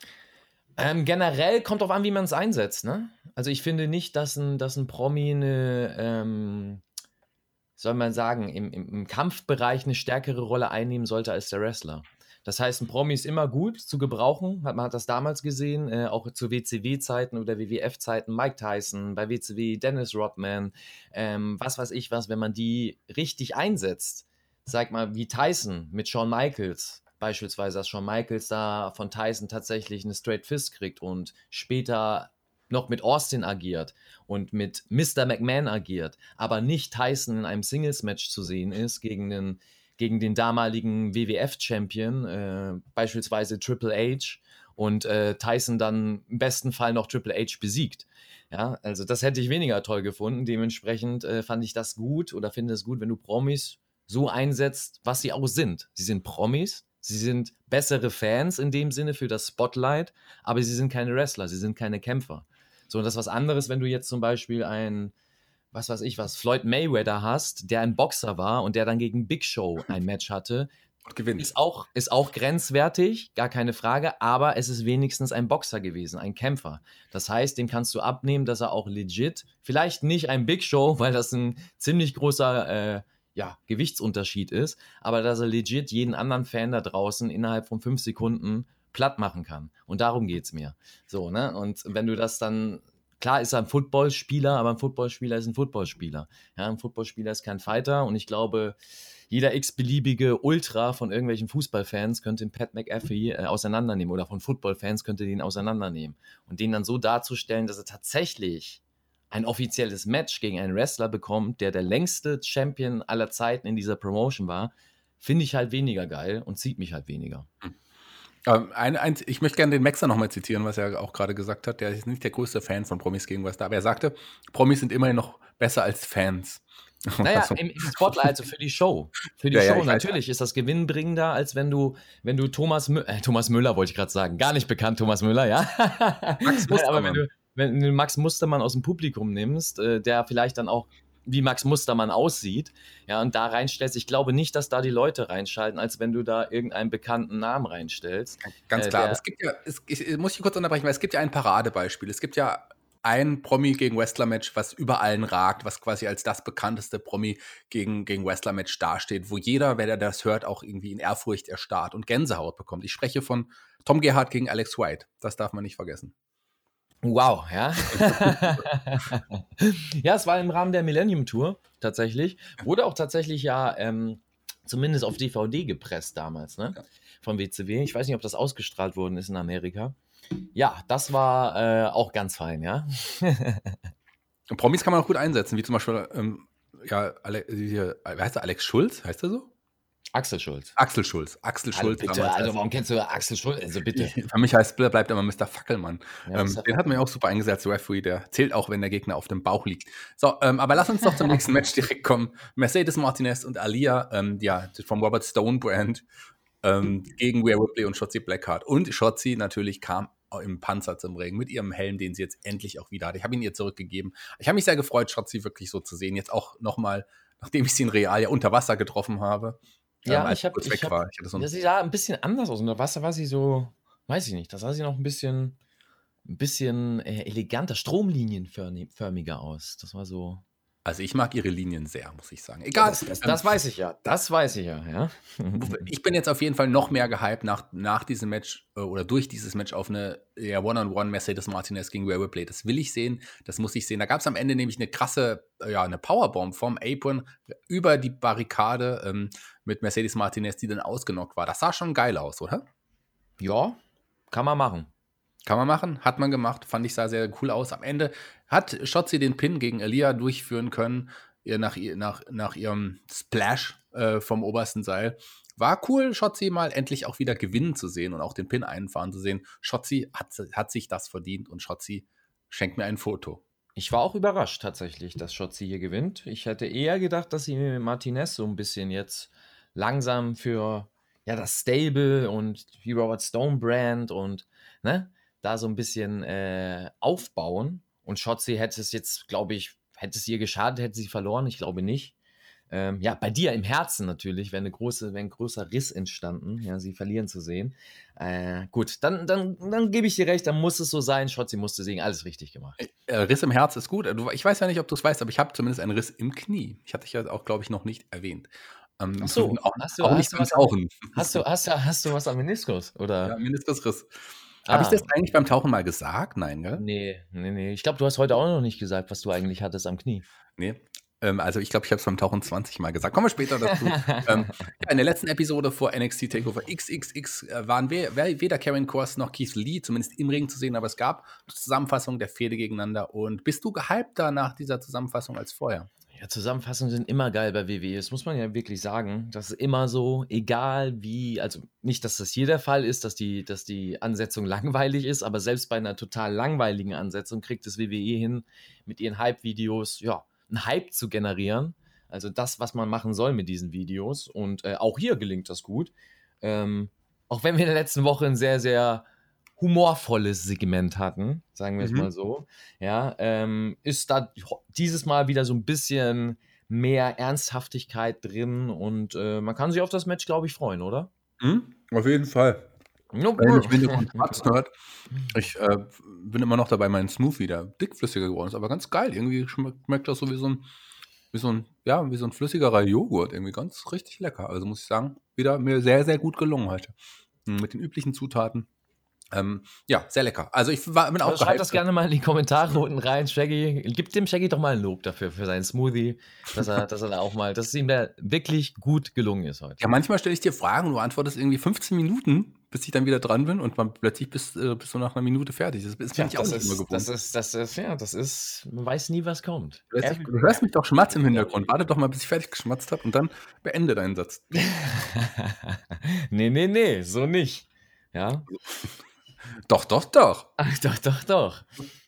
Generell kommt drauf an, wie man es einsetzt. Ne? Also ich finde nicht, dass ein Promi soll man sagen, im Kampfbereich eine stärkere Rolle einnehmen sollte als der Wrestler. Das heißt, ein Promi ist immer gut zu gebrauchen. Man hat das damals gesehen, auch zu WCW-Zeiten oder WWF-Zeiten. Mike Tyson, bei WCW Dennis Rodman, was weiß ich was, wenn man die richtig einsetzt. Sag mal, wie Tyson mit Shawn Michaels. Beispielsweise, dass Shawn Michaels da von Tyson tatsächlich eine Straight Fist kriegt und später noch mit Austin agiert und mit Mr. McMahon agiert, aber nicht Tyson in einem Singles-Match zu sehen ist gegen den damaligen WWF-Champion, beispielsweise Triple H, und Tyson dann im besten Fall noch Triple H besiegt. Ja, also das hätte ich weniger toll gefunden. Dementsprechend fand ich das gut oder finde es gut, wenn du Promis so einsetzt, was sie auch sind. Sie sind Promis, sie sind bessere Fans in dem Sinne für das Spotlight, aber sie sind keine Wrestler, sie sind keine Kämpfer. So, und das ist was anderes, wenn du jetzt zum Beispiel was weiß ich was, Floyd Mayweather hast, der ein Boxer war und der dann gegen Big Show ein Match hatte. Und gewinnt. Ist auch grenzwertig, gar keine Frage, aber es ist wenigstens ein Boxer gewesen, ein Kämpfer. Das heißt, dem kannst du abnehmen, dass er auch legit, vielleicht nicht ein Big Show, weil das ein ziemlich großer Gewichtsunterschied ist, aber dass er legit jeden anderen Fan da draußen innerhalb von 5 Sekunden platt machen kann. Und darum geht es mir. So, ne? Und wenn du das dann, klar ist er ein Footballspieler, aber ein Footballspieler ist ein Footballspieler. Ja, ein Footballspieler ist kein Fighter und ich glaube, jeder x-beliebige Ultra von irgendwelchen Fußballfans könnte den Pat McAfee auseinandernehmen oder von Footballfans könnte den auseinandernehmen. Und den dann so darzustellen, dass er tatsächlich ein offizielles Match gegen einen Wrestler bekommt, der längste Champion aller Zeiten in dieser Promotion war, finde ich halt weniger geil und zieht mich halt weniger. Ich möchte gerne den Maxer nochmal zitieren, was er auch gerade gesagt hat. Der ist nicht der größte Fan von Promis gegen Wrestler, aber er sagte, Promis sind immerhin noch besser als Fans. Naja, im Spotlight, also für die Show. Für die Show natürlich ist das gewinnbringender, als wenn du Thomas Müller wollte ich gerade sagen, gar nicht bekannt, Thomas Müller, ja. Max Mustermann. Aber wenn du Max Mustermann aus dem Publikum nimmst, der vielleicht dann auch wie Max Mustermann aussieht, ja, und da reinstellst, ich glaube nicht, dass da die Leute reinschalten, als wenn du da irgendeinen bekannten Namen reinstellst. Ganz klar, aber es gibt ja, muss ich kurz unterbrechen, weil es gibt ja ein Paradebeispiel. Es gibt ja ein Promi gegen Wrestler-Match, was über allen ragt, was quasi als das bekannteste Promi gegen Wrestler-Match dasteht, wo jeder, wer das hört, auch irgendwie in Ehrfurcht erstarrt und Gänsehaut bekommt. Ich spreche von Tom Gerhardt gegen Alex White. Das darf man nicht vergessen. Wow, ja. Ja, es war im Rahmen der Millennium Tour tatsächlich. Wurde auch tatsächlich ja zumindest auf DVD gepresst damals, ne? Von WCW. Ich weiß nicht, ob das ausgestrahlt worden ist in Amerika. Ja, das war auch ganz fein, ja. Und Promis kann man auch gut einsetzen, wie zum Beispiel, wie heißt der, Alex Schulz? Heißt der so? Axel Schulz. Axel Schulz. Bitte, also warum kennst du Axel Schulz? Also bitte. Für mich bleibt immer Mr. Fackelmann. Ja, den hat man ja auch super eingesetzt, Referee, der zählt auch, wenn der Gegner auf dem Bauch liegt. So, aber lass uns doch zum nächsten Match direkt kommen. Mercedes Martinez und Aliyah, vom Robert Stone Brand, gegen Rhea Ripley und Shotzi Blackheart. Und Shotzi natürlich kam im Panzer zum Ring mit ihrem Helm, den sie jetzt endlich auch wieder hat. Ich habe ihn ihr zurückgegeben. Ich habe mich sehr gefreut, Shotzi wirklich so zu sehen. Jetzt auch nochmal, nachdem ich sie in Real ja unter Wasser getroffen habe. Ja, sie sah ein bisschen anders aus. Unter Wasser war sie so, weiß ich nicht, da sah sie noch ein bisschen eleganter, stromlinienförmiger aus. Das war so. Also ich mag ihre Linien sehr, muss ich sagen. Egal. Das weiß ich ja. Das weiß ich ja. Ich bin jetzt auf jeden Fall noch mehr gehypt nach diesem Match oder durch dieses Match auf eine One-on-One Mercedes Martinez gegen Rhea Ripley. Das will ich sehen, das muss ich sehen. Da gab es am Ende nämlich eine krasse, eine Powerbomb vom Apron über die Barrikade mit Mercedes Martinez, die dann ausgenockt war. Das sah schon geil aus, oder? Ja, kann man machen. Kann man machen, hat man gemacht, fand ich, sah sehr cool aus. Am Ende hat Shotzi den Pin gegen Aliyah durchführen können, nach ihrem Splash vom obersten Seil. War cool, Shotzi mal endlich auch wieder gewinnen zu sehen und auch den Pin einfahren zu sehen. Shotzi hat sich das verdient und Shotzi schenkt mir ein Foto. Ich war auch überrascht tatsächlich, dass Shotzi hier gewinnt. Ich hätte eher gedacht, dass sie mit Martinez so ein bisschen jetzt langsam für das Stable und wie Robert Stone Brand und da so ein bisschen aufbauen. Und Shotzi hätte es jetzt, glaube ich, hätte es ihr geschadet, hätte sie verloren? Ich glaube nicht. Ja, bei dir im Herzen natürlich wäre ein großer Riss entstanden, ja, sie verlieren zu sehen. Gut, dann gebe ich dir recht, dann muss es so sein. Schotzi musste siegen, alles richtig gemacht. Riss im Herz ist gut. Ich weiß ja nicht, ob du es weißt, aber ich habe zumindest einen Riss im Knie. Ich hatte dich ja auch, glaube ich, noch nicht erwähnt. Ach so, auch nicht beim Tauchen. Hast du was am Meniskus? Oder? Ja, Meniskusriss. Habe ich das eigentlich beim Tauchen mal gesagt? Nein, gell? Nee. Ich glaube, du hast heute auch noch nicht gesagt, was du eigentlich hattest am Knie. Nee. Also ich glaube, ich habe es beim Tauchen 20 Mal gesagt. Kommen wir später dazu. Ja, in der letzten Episode vor NXT TakeOver XXX waren weder Karen Cross noch Keith Lee, zumindest im Ring zu sehen, aber es gab eine Zusammenfassung der Fehde gegeneinander. Und bist du gehypter nach dieser Zusammenfassung als vorher? Ja, Zusammenfassungen sind immer geil bei WWE. Das muss man ja wirklich sagen. Das ist immer so, egal wie, also nicht, dass das hier der Fall ist, dass die Ansetzung langweilig ist, aber selbst bei einer total langweiligen Ansetzung kriegt es WWE hin, mit ihren Hype-Videos, ja, einen Hype zu generieren. Also das, was man machen soll mit diesen Videos. Und auch hier gelingt das gut. Auch wenn wir in der letzten Woche ein sehr, sehr humorvolles Segment hatten, sagen wir es mal so, ja, ist da dieses Mal wieder so ein bisschen mehr Ernsthaftigkeit drin und man kann sich auf das Match, glaube ich, freuen, oder? Auf jeden Fall. Wenn ich Winde von Schmatzen hört, ich bin immer noch dabei, mein Smoothie, der dickflüssiger geworden ist, aber ganz geil. Irgendwie schmeckt das so wie so ein flüssigerer Joghurt. Irgendwie ganz richtig lecker. Also muss ich sagen, wieder mir sehr, sehr gut gelungen heute. Mit den üblichen Zutaten. Ja, sehr lecker. Also bin auch gehypt. Schreibt das gerne mal in die Kommentare unten rein, Shaggy. Gib dem Shaggy doch mal ein Lob dafür, für seinen Smoothie, dass er da auch mal, dass es ihm da wirklich gut gelungen ist heute. Ja, manchmal stelle ich dir Fragen und du antwortest irgendwie 15 Minuten, bis ich dann wieder dran bin und plötzlich bist du nach einer Minute fertig. Das finde ich auch nicht immer gewohnt. Das ist, man weiß nie, was kommt. Du hörst mich doch schmatz im Hintergrund. Warte doch mal, bis ich fertig geschmatzt habe und dann beende deinen Satz. Nee, so nicht. Ja. Doch. Ach, doch.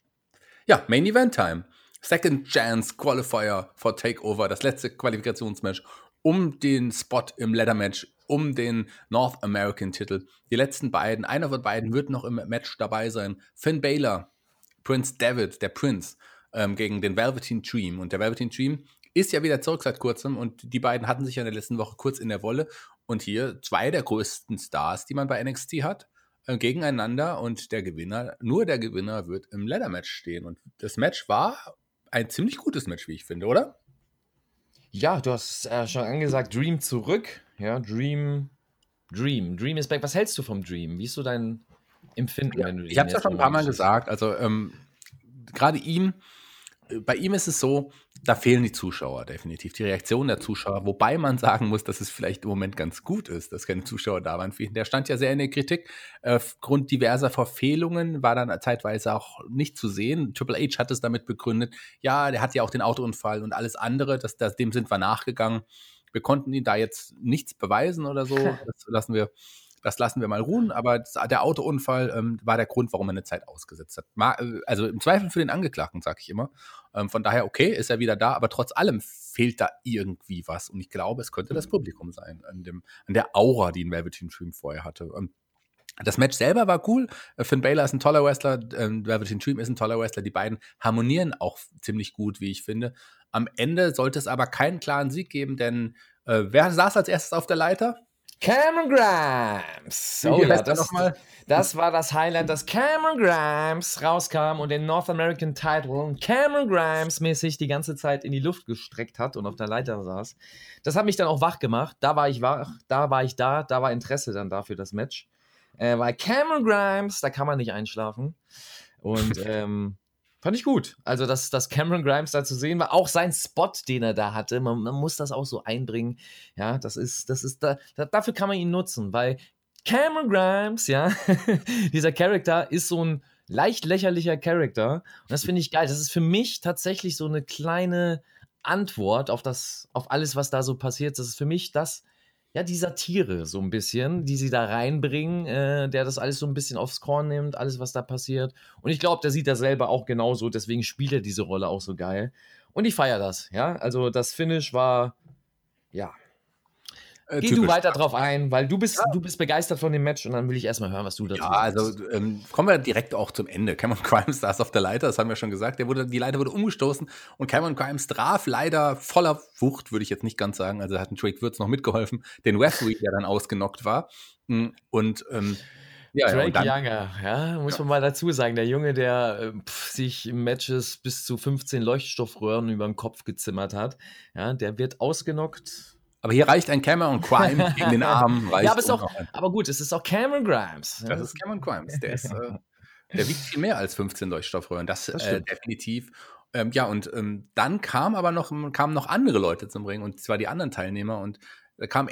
Ja, Main Event Time. Second Chance Qualifier for Takeover. Das letzte Qualifikationsmatch um den Spot im Ladder Match, um den North American Titel. Die letzten beiden, einer von beiden wird noch im Match dabei sein. Finn Balor, Prince David, der Prince, gegen den Velveteen Dream. Und der Velveteen Dream ist ja wieder zurück seit kurzem und die beiden hatten sich ja in der letzten Woche kurz in der Wolle. Und hier zwei der größten Stars, die man bei NXT hat, gegeneinander und nur der Gewinner wird im Ladder-Match stehen. Und das Match war ein ziemlich gutes Match, wie ich finde, oder? Ja, du hast schon angesagt, Dream zurück. Ja, Dream is back. Was hältst du vom Dream? Wie ist so dein Empfinden, wenn du Ich habe es ja schon ein paar Mal gesagt. Also gerade bei ihm ist es so, da fehlen die Zuschauer definitiv, die Reaktion der Zuschauer, wobei man sagen muss, dass es vielleicht im Moment ganz gut ist, dass keine Zuschauer da waren. Der stand ja sehr in der Kritik. Aufgrund diverser Verfehlungen war dann zeitweise auch nicht zu sehen. Triple H hat es damit begründet, ja, der hat ja auch den Autounfall und alles andere, dem sind wir nachgegangen. Wir konnten ihm da jetzt nichts beweisen oder so, das lassen wir mal ruhen, aber der Autounfall war der Grund, warum er eine Zeit ausgesetzt hat. Also im Zweifel für den Angeklagten, sage ich immer. Von daher, okay, ist er wieder da, aber trotz allem fehlt da irgendwie was. Und ich glaube, es könnte das Publikum sein, an der Aura, die ein Velveteen Dream vorher hatte. Das Match selber war cool. Finn Balor ist ein toller Wrestler, Velveteen Dream ist ein toller Wrestler. Die beiden harmonieren auch ziemlich gut, wie ich finde. Am Ende sollte es aber keinen klaren Sieg geben, denn wer saß als erstes auf der Leiter? Cameron Grimes. Oh ja, das war das Highlight, dass Cameron Grimes rauskam und den North American Title Cameron Grimes mäßig die ganze Zeit in die Luft gestreckt hat und auf der Leiter saß. Das hat mich dann auch wach gemacht. Da war ich wach, da war Interesse dann da für das Match. Weil Cameron Grimes, da kann man nicht einschlafen. Und fand ich gut. Also, dass Cameron Grimes da zu sehen war, auch sein Spot, den er da hatte, man muss das auch so einbringen. Ja, dafür kann man ihn nutzen, weil Cameron Grimes, ja, dieser Charakter ist so ein leicht lächerlicher Charakter. Und das finde ich geil. Das ist für mich tatsächlich so eine kleine Antwort auf alles, was da so passiert. Das ist für mich die Satire so ein bisschen, die sie da reinbringen, der das alles so ein bisschen aufs Korn nimmt, alles, was da passiert. Und ich glaube, der sieht das selber auch genauso, deswegen spielt er diese Rolle auch so geil. Und ich feiere das, ja. Also das Finish war, ja. Geh du weiter drauf ein, weil du bist begeistert von dem Match und dann will ich erstmal hören, was du dazu sagst. Ja, also kommen wir direkt auch zum Ende. Cameron Grimes saß auf der Leiter, das haben wir schon gesagt. Die Leiter wurde umgestoßen und Cameron Grimes traf leider voller Wucht, würde ich jetzt nicht ganz sagen. Also hat ein Drake Würz noch mitgeholfen, den Referee, der dann ausgenockt war. Und Drake Younger, ja, muss man mal dazu sagen, der Junge, der sich in Matches bis zu 15 Leuchtstoffröhren über den Kopf gezimmert hat, ja, der wird ausgenockt. Aber hier reicht ein Cameron Grimes gegen den Arm. Ja, aber gut, es ist auch Cameron Grimes. Das ist Cameron Grimes, der wiegt viel mehr als 15 Leuchtstoffröhren, das definitiv. Dann kamen noch andere Leute zum Ring, und zwar die anderen Teilnehmer. Und kam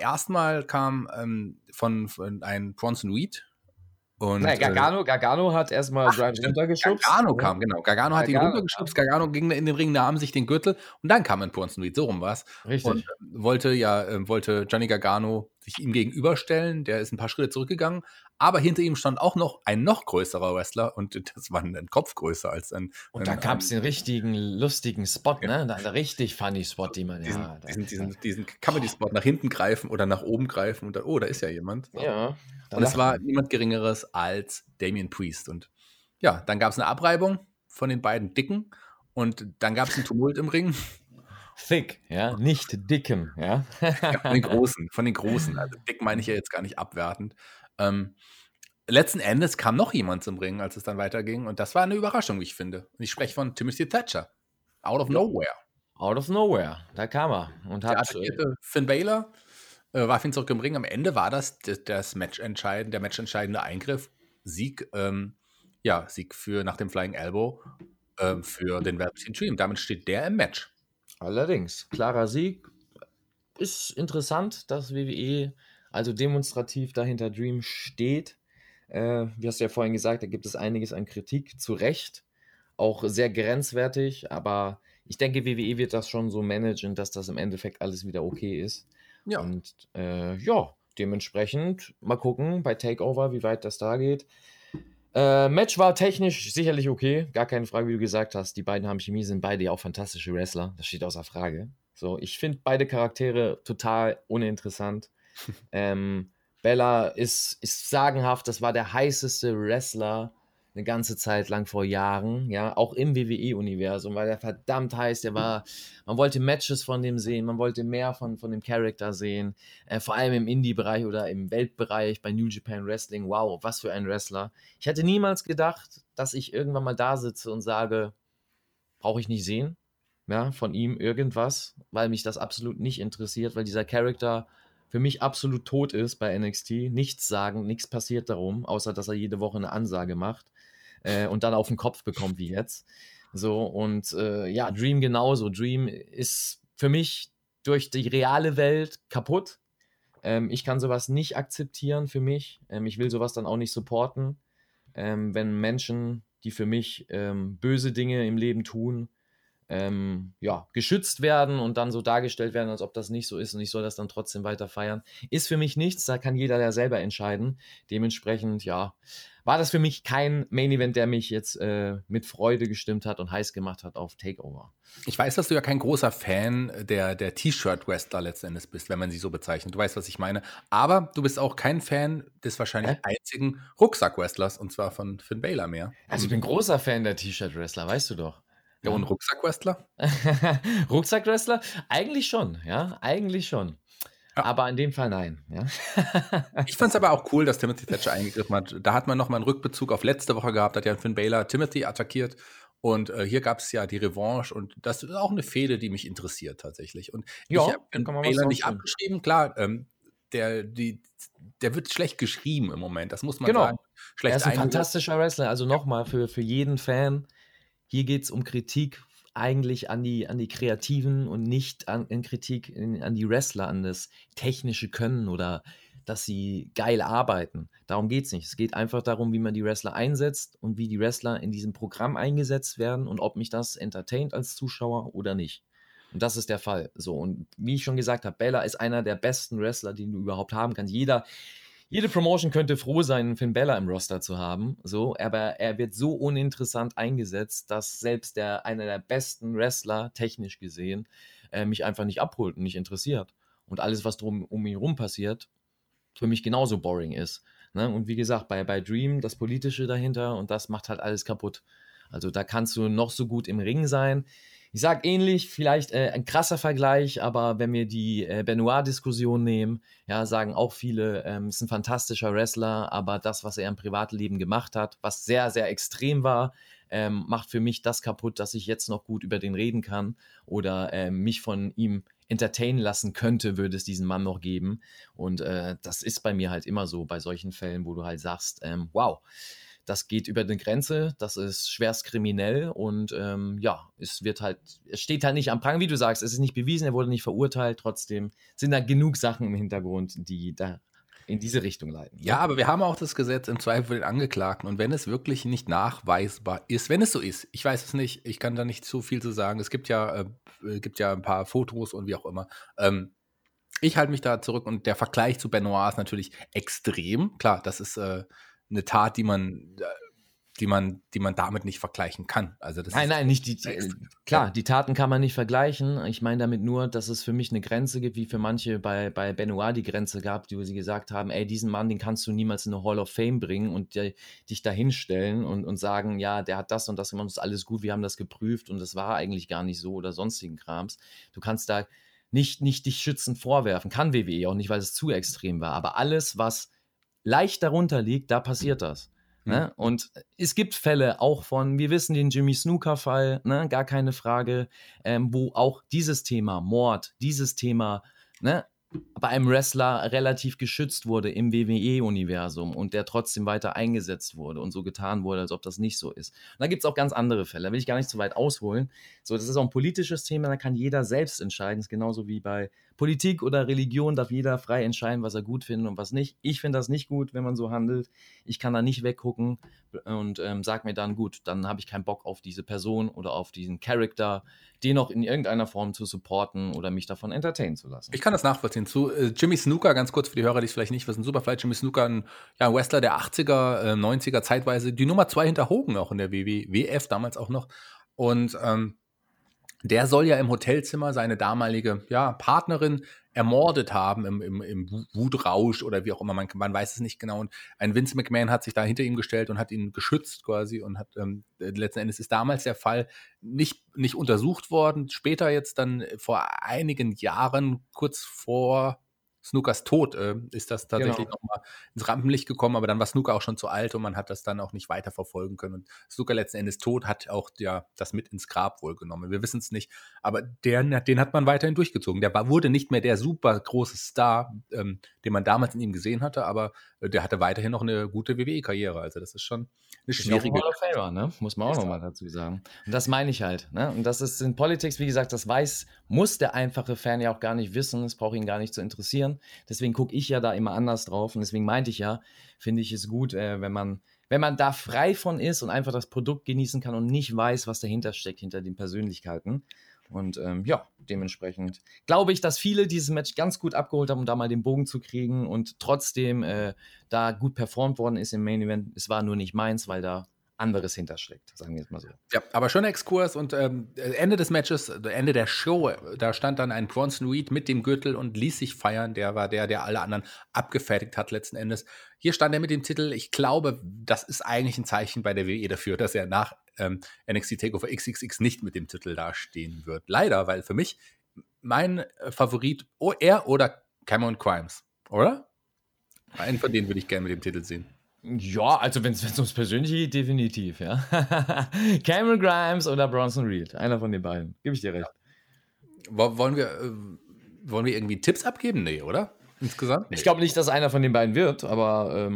von ein Bronson Reed. Und, Gargano hat erstmal Grimes runtergeschubst. Gargano kam, genau. Gargano hat ihn runtergeschubst, Gargano ging in den Ring, nahm sich den Gürtel und dann kam ein Bronson Reed, so rum war's. Richtig. Und wollte Johnny Gargano sich ihm gegenüberstellen, der ist ein paar Schritte zurückgegangen, aber hinter ihm stand auch noch ein noch größerer Wrestler und das war ein Kopf größer als ein... Und da gab es den richtigen, lustigen Spot, ne? Da richtig funny Spot, die man diesen Comedy-Spot nach hinten greifen oder nach oben greifen und dann, da ist ja jemand. Ja. Und es war niemand Geringeres als Damian Priest. Und ja, dann gab es eine Abreibung von den beiden Dicken und dann gab es einen Tumult im Ring. Thick, ja, nicht Dicken, ja. Von den Großen. Also dick meine ich ja jetzt gar nicht abwertend. Letzten Endes kam noch jemand zum Ring, als es dann weiterging. Und das war eine Überraschung, wie ich finde. Und ich spreche von Timothy Thatcher. Out of nowhere. Out of nowhere, da kam er. Und der attackierte Finn Balor, warf ihn zurück im Ring. Am Ende war der matchentscheidende Eingriff. Sieg nach dem Flying Elbow für den Velveteen Dream. Damit steht der im Match. Allerdings, klarer Sieg. Ist interessant, dass WWE also demonstrativ dahinter Dream steht. Wie hast du ja vorhin gesagt, da gibt es einiges an Kritik, zu Recht. Auch sehr grenzwertig, aber ich denke, WWE wird das schon so managen, dass das im Endeffekt alles wieder okay ist. Ja. Und dementsprechend mal gucken bei Takeover, wie weit das da geht. Match war technisch sicherlich okay, gar keine Frage, wie du gesagt hast. Die beiden haben Chemie, sind beide ja auch fantastische Wrestler, das steht außer Frage. So, ich finde beide Charaktere total uninteressant. Bella ist sagenhaft, das war der heißeste Wrestler eine ganze Zeit lang vor Jahren, ja, auch im WWE-Universum, weil der verdammt heiß, man wollte Matches von dem sehen, man wollte mehr von dem Charakter sehen, vor allem im Indie-Bereich oder im Weltbereich bei New Japan Wrestling, wow, was für ein Wrestler. Ich hätte niemals gedacht, dass ich irgendwann mal da sitze und sage, brauche ich nicht sehen, ja, von ihm irgendwas, weil mich das absolut nicht interessiert, weil dieser Charakter für mich absolut tot ist bei NXT, nichts sagen, nichts passiert darum, außer dass er jede Woche eine Ansage macht und dann auf den Kopf bekommt wie jetzt. So, und Dream genauso. Dream ist für mich durch die reale Welt kaputt. Ich kann sowas nicht akzeptieren für mich. Ich will sowas dann auch nicht supporten. Wenn Menschen, die für mich böse Dinge im Leben tun, geschützt werden und dann so dargestellt werden, als ob das nicht so ist und ich soll das dann trotzdem weiter feiern, ist für mich nichts, da kann jeder ja selber entscheiden. Dementsprechend, war das für mich kein Main-Event, der mich jetzt mit Freude gestimmt hat und heiß gemacht hat auf Takeover. Ich weiß, dass du ja kein großer Fan der T-Shirt-Wrestler letzten Endes bist, wenn man sie so bezeichnet. Du weißt, was ich meine. Aber du bist auch kein Fan des wahrscheinlich einzigen Rucksack-Wrestlers, und zwar von Finn Balor mehr. Also ich bin großer Fan der T-Shirt-Wrestler, weißt du doch. Ja, und Rucksack-Wrestler? Rucksack-Wrestler? Eigentlich schon, ja, eigentlich schon. Ja. Aber in dem Fall nein. Ja. Ich fand es aber auch cool, dass Timothy Thatcher eingegriffen hat. Da hat man nochmal einen Rückbezug auf letzte Woche gehabt, hat ja Finn Balor Timothy attackiert. Und hier gab es ja die Revanche und das ist auch eine Fehde, die mich interessiert tatsächlich. Und ich habe Finn Balor nicht abgeschrieben, klar, der wird schlecht geschrieben im Moment, das muss man sagen. Schlecht er ist ein fantastischer Wrestler, also nochmal für jeden Fan, hier geht es um Kritik eigentlich an die Kreativen und nicht in Kritik an die Wrestler, an das technische Können oder dass sie geil arbeiten. Darum geht es nicht. Es geht einfach darum, wie man die Wrestler einsetzt und wie die Wrestler in diesem Programm eingesetzt werden und ob mich das entertaint als Zuschauer oder nicht. Und das ist der Fall. So, und wie ich schon gesagt habe, Balor ist einer der besten Wrestler, den du überhaupt haben kannst. Jede Promotion könnte froh sein, Finn Balor im Roster zu haben, so, aber er wird so uninteressant eingesetzt, dass selbst einer der besten Wrestler, technisch gesehen, mich einfach nicht abholt und nicht interessiert. und alles, was drum um ihn herum passiert, für mich genauso boring ist. Ne? Und wie gesagt, bei Dream, das Politische dahinter, und das macht halt alles kaputt. Also da kannst du noch so gut im Ring sein. Ich sag ähnlich, vielleicht ein krasser Vergleich, aber wenn wir die Benoit-Diskussion nehmen, ja, sagen auch viele, ist ein fantastischer Wrestler, aber das, was er im Privatleben gemacht hat, was sehr, sehr extrem war, macht für mich das kaputt, dass ich jetzt noch gut über den reden kann oder mich von ihm entertainen lassen könnte, würde es diesen Mann noch geben. Und das ist bei mir halt immer so, bei solchen Fällen, wo du halt sagst, wow, das geht über die Grenze, das ist schwerst kriminell und es steht halt nicht am Pranger, wie du sagst, es ist nicht bewiesen, er wurde nicht verurteilt, trotzdem sind da genug Sachen im Hintergrund, die da in diese Richtung leiten. Ja, aber wir haben auch das Gesetz im Zweifel für den Angeklagten und wenn es wirklich nicht nachweisbar ist, wenn es so ist, ich weiß es nicht, ich kann da nicht so viel zu sagen, es gibt ja ein paar Fotos und wie auch immer, ich halte mich da zurück und der Vergleich zu Benoit ist natürlich extrem, klar, das ist eine Tat, die man damit nicht vergleichen kann. Also das Nein, nicht klar, die Taten kann man nicht vergleichen. Ich meine damit nur, dass es für mich eine Grenze gibt, wie für manche bei Benoit die Grenze gab, wo sie gesagt haben, ey, diesen Mann, den kannst du niemals in eine Hall of Fame bringen und dich da hinstellen und sagen, ja, der hat das und das gemacht, ist alles gut, wir haben das geprüft und das war eigentlich gar nicht so oder sonstigen Krams. Du kannst da nicht dich schützend vorwerfen, kann WWE auch nicht, weil es zu extrem war, aber alles, was leicht darunter liegt, da passiert das. Ne? Und es gibt Fälle auch wir wissen den Jimmy Snuka-Fall, ne? Gar keine Frage, wo auch dieses Thema Mord, dieses Thema, ne, bei einem Wrestler relativ geschützt wurde im WWE-Universum und der trotzdem weiter eingesetzt wurde und so getan wurde, als ob das nicht so ist. Und da gibt es auch ganz andere Fälle, da will ich gar nicht zu weit ausholen. So, das ist auch ein politisches Thema, da kann jeder selbst entscheiden, das ist genauso wie bei Politik oder Religion, darf jeder frei entscheiden, was er gut findet und was nicht. Ich finde das nicht gut, wenn man so handelt. Ich kann da nicht weggucken und sag mir dann, gut, dann habe ich keinen Bock auf diese Person oder auf diesen Charakter, den noch in irgendeiner Form zu supporten oder mich davon entertainen zu lassen. Ich kann das nachvollziehen. Zu Jimmy Snuka, ganz kurz für die Hörer, die es vielleicht nicht wissen, Superfly Jimmy Snuka, ein Wrestler der 80er, 90er, zeitweise die Nummer 2 hinter Hogan auch in der WWF damals auch noch. Und der soll ja im Hotelzimmer seine damalige Partnerin ermordet haben im Wutrausch oder wie auch immer, man weiß es nicht genau. Und ein Vince McMahon hat sich da hinter ihm gestellt und hat ihn geschützt quasi und hat letzten Endes ist damals der Fall nicht untersucht worden. Später jetzt dann vor einigen Jahren, kurz vor Snukas Tod, ist das tatsächlich nochmal ins Rampenlicht gekommen, aber dann war Snuka auch schon zu alt und man hat das dann auch nicht weiter verfolgen können. Und Snuka letzten Endes tot hat auch das mit ins Grab wohl genommen. Wir wissen es nicht, aber den hat man weiterhin durchgezogen. Der wurde nicht mehr der super große Star, den man damals in ihm gesehen hatte, aber der hatte weiterhin noch eine gute WWE-Karriere. Also das ist schon eine schwierige. Hall of Famer, ne? Muss man auch nochmal dazu sagen. Und das meine ich halt. Ne? Und das ist in Politics, wie gesagt, das muss der einfache Fan ja auch gar nicht wissen. Es braucht ihn gar nicht zu interessieren. Deswegen gucke ich ja da immer anders drauf. Und deswegen meinte ich ja, finde ich es gut, wenn man da frei von ist und einfach das Produkt genießen kann und nicht weiß, was dahinter steckt, hinter den Persönlichkeiten. Und dementsprechend glaube ich, dass viele dieses Match ganz gut abgeholt haben, um da mal den Bogen zu kriegen und trotzdem da gut performt worden ist im Main Event. Es war nur nicht meins, weil da anderes hintersteckt, sagen wir jetzt mal so. Ja, aber schöner Exkurs und Ende des Matches, Ende der Show, da stand dann ein Bronson Reed mit dem Gürtel und ließ sich feiern. Der war der alle anderen abgefertigt hat letzten Endes. Hier stand er mit dem Titel. Ich glaube, das ist eigentlich ein Zeichen bei der WWE dafür, dass er nach NXT TakeOver XXX nicht mit dem Titel dastehen wird. Leider, weil für mich mein Favorit er oder Cameron Grimes, oder? Einen von denen würde ich gerne mit dem Titel sehen. Ja, also wenn es ums Persönliche geht, definitiv, ja. Cameron Grimes oder Bronson Reed, einer von den beiden, gebe ich dir recht. Wollen wir irgendwie Tipps abgeben? Nee, oder? Insgesamt? Nee. Ich glaube nicht, dass einer von den beiden wird, aber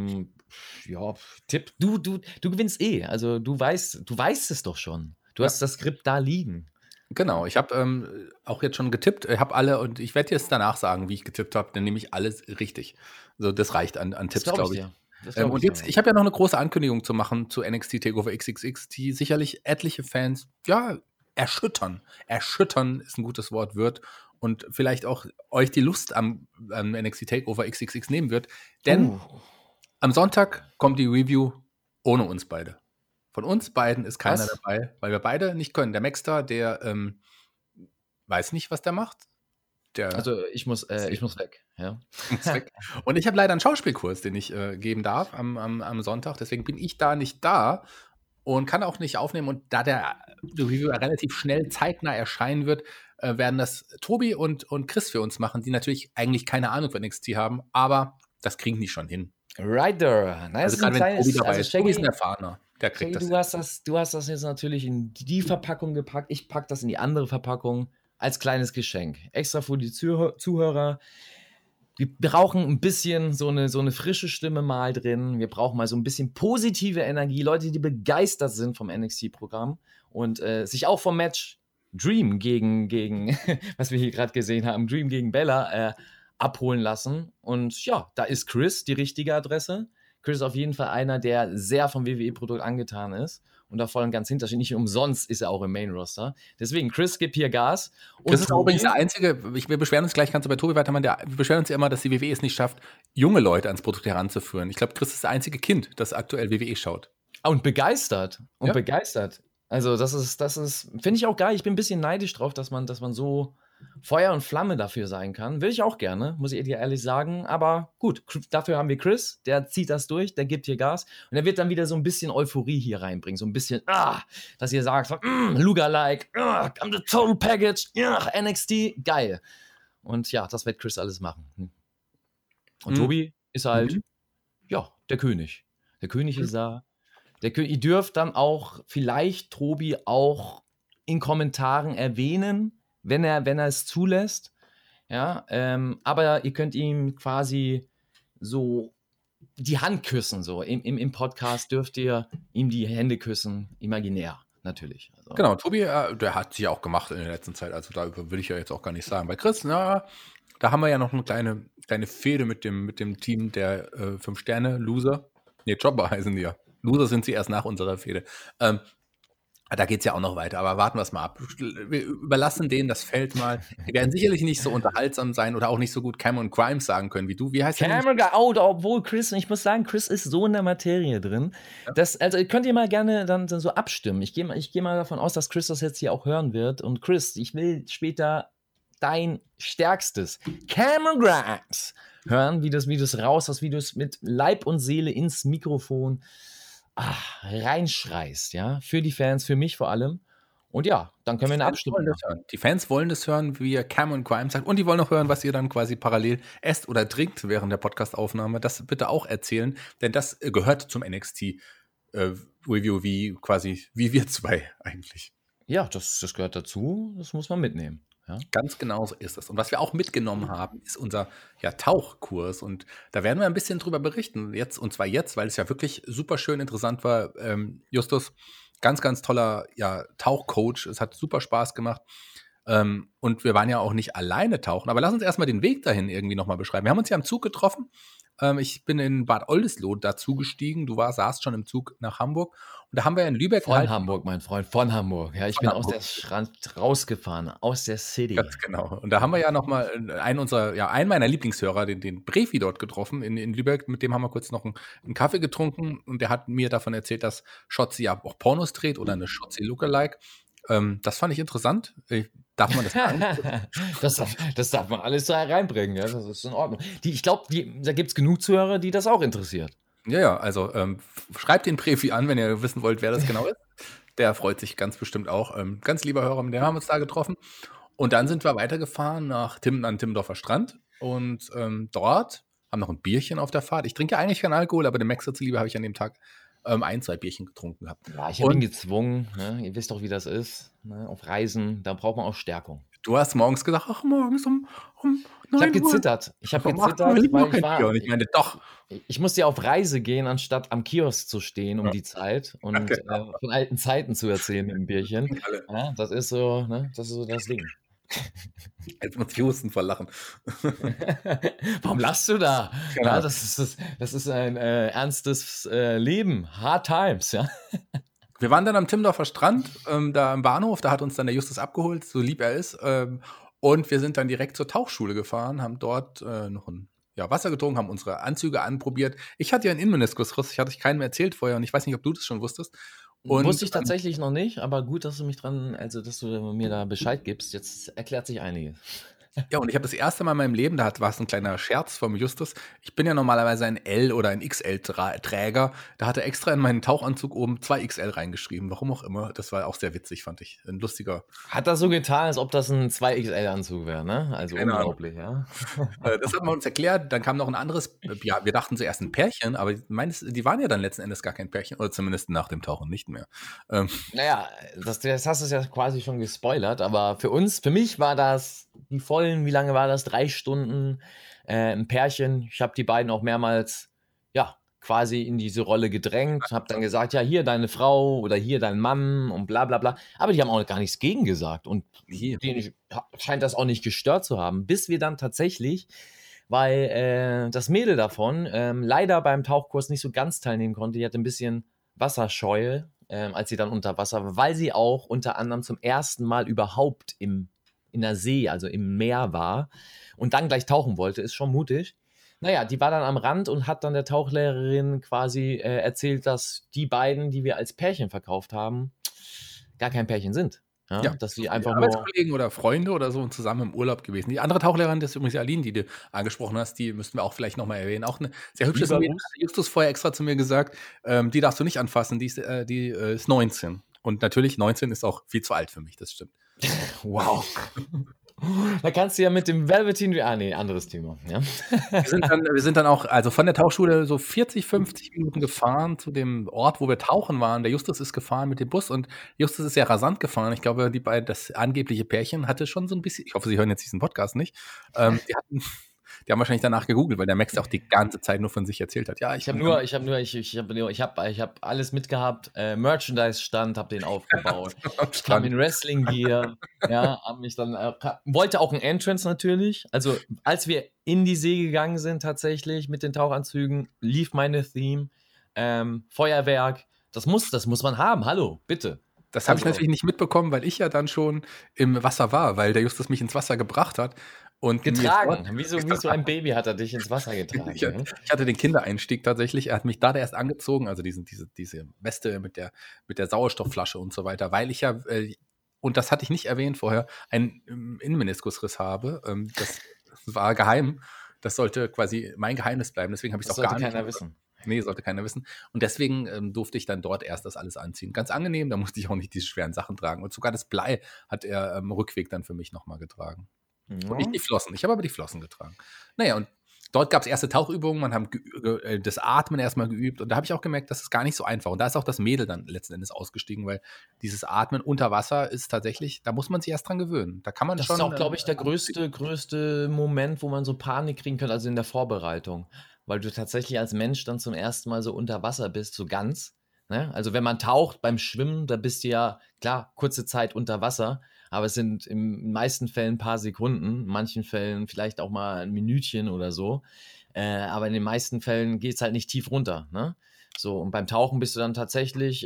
Tipp, du gewinnst also du weißt es doch schon. Du hast das Skript da liegen. Genau, ich habe auch jetzt schon getippt, habe alle und ich werde jetzt danach sagen, wie ich getippt habe, dann nehme ich alles richtig. Also das reicht an Tipps, glaube ich. Und jetzt, ich habe ja noch eine große Ankündigung zu machen zu NXT TakeOver XXX, die sicherlich etliche Fans, erschüttern. Erschüttern ist ein gutes Wort, wird und vielleicht auch euch die Lust am NXT TakeOver XXX nehmen wird. Denn am Sonntag kommt die Review ohne uns beide. Von uns beiden ist keiner dabei, weil wir beide nicht können. Der Maxter, der weiß nicht, was der macht. Also ich muss weg. Ja. Und ich habe leider einen Schauspielkurs, den ich geben darf am Sonntag. Deswegen bin ich da nicht da und kann auch nicht aufnehmen. Und da der Review relativ schnell zeitnah erscheinen wird, werden das Tobi und Chris für uns machen, die natürlich eigentlich keine Ahnung von NXT haben, aber das kriegen die schon hin. Right there. Also gerade wenn Tobi dabei ist. Tobi ist ein Erfahrener. Der kriegt Shaggy, du hast das jetzt natürlich in die Verpackung gepackt. Ich packe das in die andere Verpackung als kleines Geschenk. Extra für die Zuhörer. Wir brauchen ein bisschen so eine frische Stimme mal drin. Wir brauchen mal so ein bisschen positive Energie. Leute, die begeistert sind vom NXT-Programm und sich auch vom Match Dream gegen was wir hier gerade gesehen haben, Dream gegen Bella abholen lassen. Und ja, da ist Chris die richtige Adresse. Chris ist auf jeden Fall einer, der sehr vom WWE-Produkt angetan ist und da voll und ganz hintersteht. Nicht umsonst ist er auch im Main-Roster. Deswegen, Chris, gib hier Gas. Und Chris ist auch übrigens der Einzige, wir beschweren uns gleich, kannst du bei Tobi weitermachen, wir beschweren uns ja immer, dass die WWE es nicht schafft, junge Leute ans Produkt heranzuführen. Ich glaube, Chris ist das einzige Kind, das aktuell WWE schaut. Und begeistert. Also das ist, finde ich auch geil. Ich bin ein bisschen neidisch drauf, dass man so Feuer und Flamme dafür sein kann. Will ich auch gerne, muss ich dir ehrlich sagen. Aber gut, dafür haben wir Chris, der zieht das durch, der gibt hier Gas. Und der wird dann wieder so ein bisschen Euphorie hier reinbringen. So ein bisschen, dass ihr sagt, Luger-like, I'm the total package, NXT, geil. Und ja, das wird Chris alles machen. Und Tobi ist halt, der König. Der König ist da. Ihr dürft dann auch vielleicht Tobi auch in Kommentaren erwähnen, wenn er es zulässt. Ja, aber ihr könnt ihm quasi so die Hand küssen. So. Im Podcast dürft ihr ihm die Hände küssen, imaginär natürlich. Also. Genau, Tobi, der hat sich auch gemacht in der letzten Zeit. Also da will ich ja jetzt auch gar nicht sagen. Bei Chris, da haben wir ja noch eine kleine Fehde mit dem Team der 5-Sterne-Loser. Nee, Jobber heißen die ja. Loser sind sie erst nach unserer Fehde. Da geht es ja auch noch weiter, aber warten wir es mal ab. Wir überlassen denen das Feld mal. Die werden sicherlich nicht so unterhaltsam sein oder auch nicht so gut Cameron Grimes sagen können wie du. Wie heißt der? Cameron Grimes, obwohl Chris, ich muss sagen, Chris ist so in der Materie drin. Ja. Also könnt ihr mal gerne dann so abstimmen. Ich geh mal davon aus, dass Chris das jetzt hier auch hören wird. Und Chris, ich will später dein stärkstes Cameron Grimes hören, wie du es raushast, wie du es mit Leib und Seele ins Mikrofon reinschreist, ja, für die Fans, für mich vor allem. Und ja, dann können wir eine Abstimmung machen. Die Fans wollen das hören, wie ihr Cameron Grimes sagt. Und die wollen auch hören, was ihr dann quasi parallel esst oder trinkt während der Podcast-Aufnahme. Das bitte auch erzählen, denn das gehört zum NXT-Review wie wir zwei eigentlich. Ja, das gehört dazu. Das muss man mitnehmen. Ja. Ganz genau so ist es. Und was wir auch mitgenommen haben, ist unser Tauchkurs. Und da werden wir ein bisschen drüber berichten. Und zwar jetzt, weil es ja wirklich super schön interessant war. Justus, ganz, ganz toller Tauchcoach. Es hat super Spaß gemacht. Und wir waren ja auch nicht alleine tauchen. Aber lass uns erstmal den Weg dahin irgendwie nochmal beschreiben. Wir haben uns ja im Zug getroffen. Ich bin in Bad Oldesloe dazugestiegen. Du saßt schon im Zug nach Hamburg. Und da haben wir in Lübeck Hamburg, mein Freund, von Hamburg. Ja, ich bin aus der Strand rausgefahren, aus der City. Ganz genau. Und da haben wir ja nochmal einen meiner Lieblingshörer, den Brevi dort getroffen in Lübeck. Mit dem haben wir kurz noch einen Kaffee getrunken. Und der hat mir davon erzählt, dass Shotzi ja auch Pornos dreht oder eine Shotzi Lookalike. Das fand ich interessant. Darf man das sagen? Das darf man alles da reinbringen, ja, das ist in Ordnung. Ich glaube, da gibt es genug Zuhörer, die das auch interessiert. Ja, also schreibt den Prefi an, wenn ihr wissen wollt, wer das genau ist. Der freut sich ganz bestimmt auch. Ganz lieber Hörer, mit dem haben wir uns da getroffen. Und dann sind wir weitergefahren an Timmendorfer Strand. Und dort haben noch ein Bierchen auf der Fahrt. Ich trinke ja eigentlich keinen Alkohol, aber dem Max zuliebe habe ich an dem Tag 1-2 Bierchen getrunken gehabt. Ja, ich habe ihn gezwungen. Ne? Ihr wisst doch, wie das ist. Ne? Auf Reisen, da braucht man auch Stärkung. Du hast morgens gesagt, morgens um 9 Uhr. Ich habe gezittert. Weil ich meine, doch. Ich musste ja auf Reise gehen, anstatt am Kiosk zu stehen um die Zeit und von alten Zeiten zu erzählen mit dem Bierchen. Ja, das ist so, ne? Das ist so das Ding. Jetzt muss ich husten vor Lachen. Warum lachst du da? Genau. Ja, das ist ein ernstes Leben. Hard times, ja. Wir waren dann am Timmendorfer Strand, da am Bahnhof. Da hat uns dann der Justus abgeholt, so lieb er ist. Und wir sind dann direkt zur Tauchschule gefahren, haben dort noch ein Wasser getrunken, haben unsere Anzüge anprobiert. Ich hatte ja einen Innenmeniskusriss, hatte ich keinem erzählt vorher und ich weiß nicht, ob du das schon wusstest. Und wusste ich tatsächlich noch nicht, aber gut, dass du mir da Bescheid gibst. Jetzt erklärt sich einiges. Ja, und ich habe das erste Mal in meinem Leben, war es ein kleiner Scherz vom Justus. Ich bin ja normalerweise ein L- oder ein XL-Träger. Da hat er extra in meinen Tauchanzug oben 2XL reingeschrieben. Warum auch immer. Das war auch sehr witzig, fand ich. Ein lustiger. Hat das so getan, als ob das ein 2XL-Anzug wäre, ne? Also Keine Ahnung. unglaublich, ja. Das hat man uns erklärt. Dann kam noch ein anderes. Ja, wir dachten zuerst ein Pärchen, aber die waren ja dann letzten Endes gar kein Pärchen. Oder zumindest nach dem Tauchen nicht mehr. Naja, das hast du ja quasi schon gespoilert, aber für mich war das die vollen, wie lange war das? 3 Stunden, ein Pärchen. Ich habe die beiden auch mehrmals, ja, quasi in diese Rolle gedrängt, habe dann gesagt, ja, hier deine Frau oder hier dein Mann und bla bla bla. Aber die haben auch gar nichts gegen gesagt und denen scheint das auch nicht gestört zu haben, bis wir dann tatsächlich, weil das Mädel davon leider beim Tauchkurs nicht so ganz teilnehmen konnte. Die hatte ein bisschen Wasserscheue, als sie dann unter Wasser war, weil sie auch unter anderem zum ersten Mal überhaupt in der See, also im Meer war und dann gleich tauchen wollte, ist schon mutig. Naja, die war dann am Rand und hat dann der Tauchlehrerin quasi erzählt, dass die beiden, die wir als Pärchen verkauft haben, gar kein Pärchen sind. Ja, dass sie einfach nur Arbeitskollegen oder Freunde oder so und zusammen im Urlaub gewesen. Die andere Tauchlehrerin, das ist übrigens Aline, die du angesprochen hast, die müssten wir auch vielleicht nochmal erwähnen. Auch eine sehr hübsche Mädchen, hat Justus vorher extra zu mir gesagt, die darfst du nicht anfassen, die ist 19. Und natürlich, 19 ist auch viel zu alt für mich, das stimmt. Wow. Da kannst du ja mit dem Velveteen, anderes Thema. Ja. Wir sind dann auch, also von der Tauchschule so 40, 50 Minuten gefahren zu dem Ort, wo wir tauchen waren. Der Justus ist gefahren mit dem Bus und Justus ist sehr rasant gefahren. Ich glaube, das angebliche Pärchen hatte schon so ein bisschen, ich hoffe, Sie hören jetzt diesen Podcast nicht, die haben wahrscheinlich danach gegoogelt, weil der Max auch die ganze Zeit nur von sich erzählt hat. Ja, ich habe alles mitgehabt, Merchandise-Stand, habe den aufgebaut, kam in Wrestling-Gear, ja, habe mich dann, wollte auch ein Entrance natürlich, also als wir in die See gegangen sind tatsächlich mit den Tauchanzügen, lief meine Theme, Feuerwerk, das muss man haben, hallo, bitte. Das habe ich natürlich nicht mitbekommen, weil ich ja dann schon im Wasser war, weil der Justus mich ins Wasser gebracht hat. Und getragen. Wie so ein Baby hat er dich ins Wasser getragen. Ich hatte den Kindereinstieg tatsächlich. Er hat mich da erst angezogen, also diese Weste mit der Sauerstoffflasche und so weiter, weil ich ja, und das hatte ich nicht erwähnt vorher, einen Innenmeniskusriss habe. Das war geheim. Das sollte quasi mein Geheimnis bleiben. Deswegen habe ich es auch gar nicht. Sollte keiner wissen. Nee, sollte keiner wissen. Und deswegen durfte ich dann dort erst das alles anziehen. Ganz angenehm, da musste ich auch nicht diese schweren Sachen tragen. Und sogar das Blei hat er am Rückweg dann für mich nochmal getragen. Und nicht die Flossen. Ich habe aber die Flossen getragen. Naja, und dort gab es erste Tauchübungen. Man hat das Atmen erstmal geübt. Und da habe ich auch gemerkt, das ist gar nicht so einfach. Und da ist auch das Mädel dann letzten Endes ausgestiegen, weil dieses Atmen unter Wasser ist tatsächlich, da muss man sich erst dran gewöhnen. Da kann man das schon. Das ist auch, glaube ich, der größte Moment, wo man so Panik kriegen könnte, also in der Vorbereitung. Weil du tatsächlich als Mensch dann zum ersten Mal so unter Wasser bist, so ganz. Ne? Also wenn man taucht beim Schwimmen, da bist du ja, klar, kurze Zeit unter Wasser, aber es sind in den meisten Fällen ein paar Sekunden, in manchen Fällen vielleicht auch mal ein Minütchen oder so. Aber in den meisten Fällen geht es halt nicht tief runter. Ne? So, und beim Tauchen bist du dann tatsächlich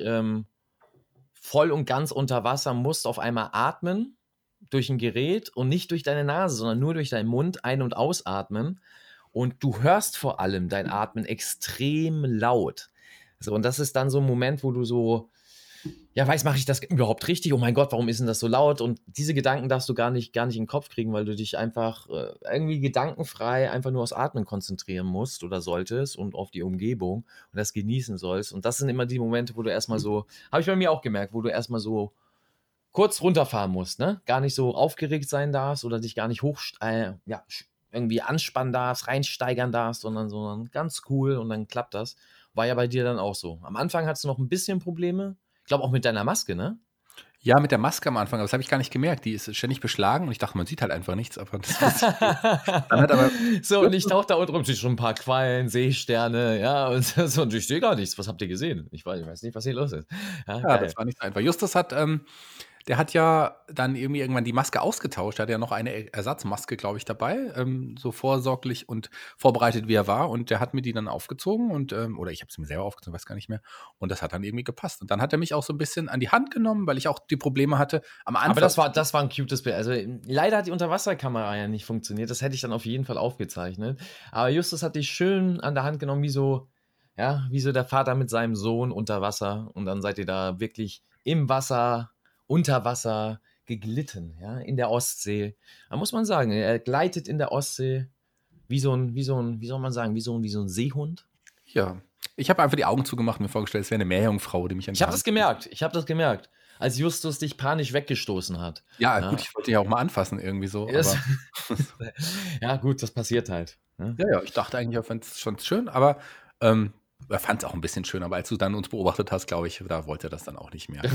voll und ganz unter Wasser, musst auf einmal atmen durch ein Gerät und nicht durch deine Nase, sondern nur durch deinen Mund ein- und ausatmen. Und du hörst vor allem dein Atmen extrem laut. So, und das ist dann so ein Moment, wo du so, ja, mache ich das überhaupt richtig? Oh mein Gott, warum ist denn das so laut? Und diese Gedanken darfst du gar nicht in den Kopf kriegen, weil du dich einfach irgendwie gedankenfrei einfach nur aufs Atmen konzentrieren musst oder solltest und auf die Umgebung und das genießen sollst. Und das sind immer die Momente, wo du erstmal so, habe ich bei mir auch gemerkt, wo du erstmal so kurz runterfahren musst, ne? Gar nicht so aufgeregt sein darfst oder dich gar nicht irgendwie anspannen darfst, reinsteigern darfst, sondern ganz cool und dann klappt das. War ja bei dir dann auch so. Am Anfang hattest du noch ein bisschen Probleme. Ich glaube auch mit deiner Maske, ne? Ja, mit der Maske am Anfang, aber das habe ich gar nicht gemerkt. Die ist ständig beschlagen und ich dachte, man sieht halt einfach nichts. Aber das dann hat aber so, und ich tauche da unten rum, ich sehe schon ein paar Quallen, Seesterne, ja, und so, und ich sehe gar nichts. Was habt ihr gesehen? Ich weiß nicht, was hier los ist. Ja, das war nicht so einfach. Justus der hat ja dann irgendwie irgendwann die Maske ausgetauscht. Er hat ja noch eine Ersatzmaske, glaube ich, dabei. So vorsorglich und vorbereitet, wie er war. Und der hat mir die dann aufgezogen oder ich habe sie mir selber aufgezogen, weiß gar nicht mehr. Und das hat dann irgendwie gepasst. Und dann hat er mich auch so ein bisschen an die Hand genommen, weil ich auch die Probleme hatte am Anfang. Aber das war ein cutes Bild. Also leider hat die Unterwasserkamera ja nicht funktioniert. Das hätte ich dann auf jeden Fall aufgezeichnet. Aber Justus hat dich schön an der Hand genommen, wie so der Vater mit seinem Sohn unter Wasser. Und dann seid ihr da wirklich im Wasser, unter Wasser, geglitten, ja, in der Ostsee. Da muss man sagen, er gleitet in der Ostsee wie so ein, wie soll man sagen, wie so ein Seehund. Ja. Ich habe einfach die Augen zugemacht und mir vorgestellt, es wäre eine Meerjungfrau, die mich Ich habe das gemerkt, als Justus dich panisch weggestoßen hat. Ja, gut, ich wollte dich ja auch mal anfassen irgendwie so. Das, Aber ja, gut, das passiert halt. Ne? ja, ich dachte eigentlich, ich fand es schon schön, aber er fand es auch ein bisschen schön. Aber als du dann uns beobachtet hast, glaube ich, da wollte er das dann auch nicht mehr.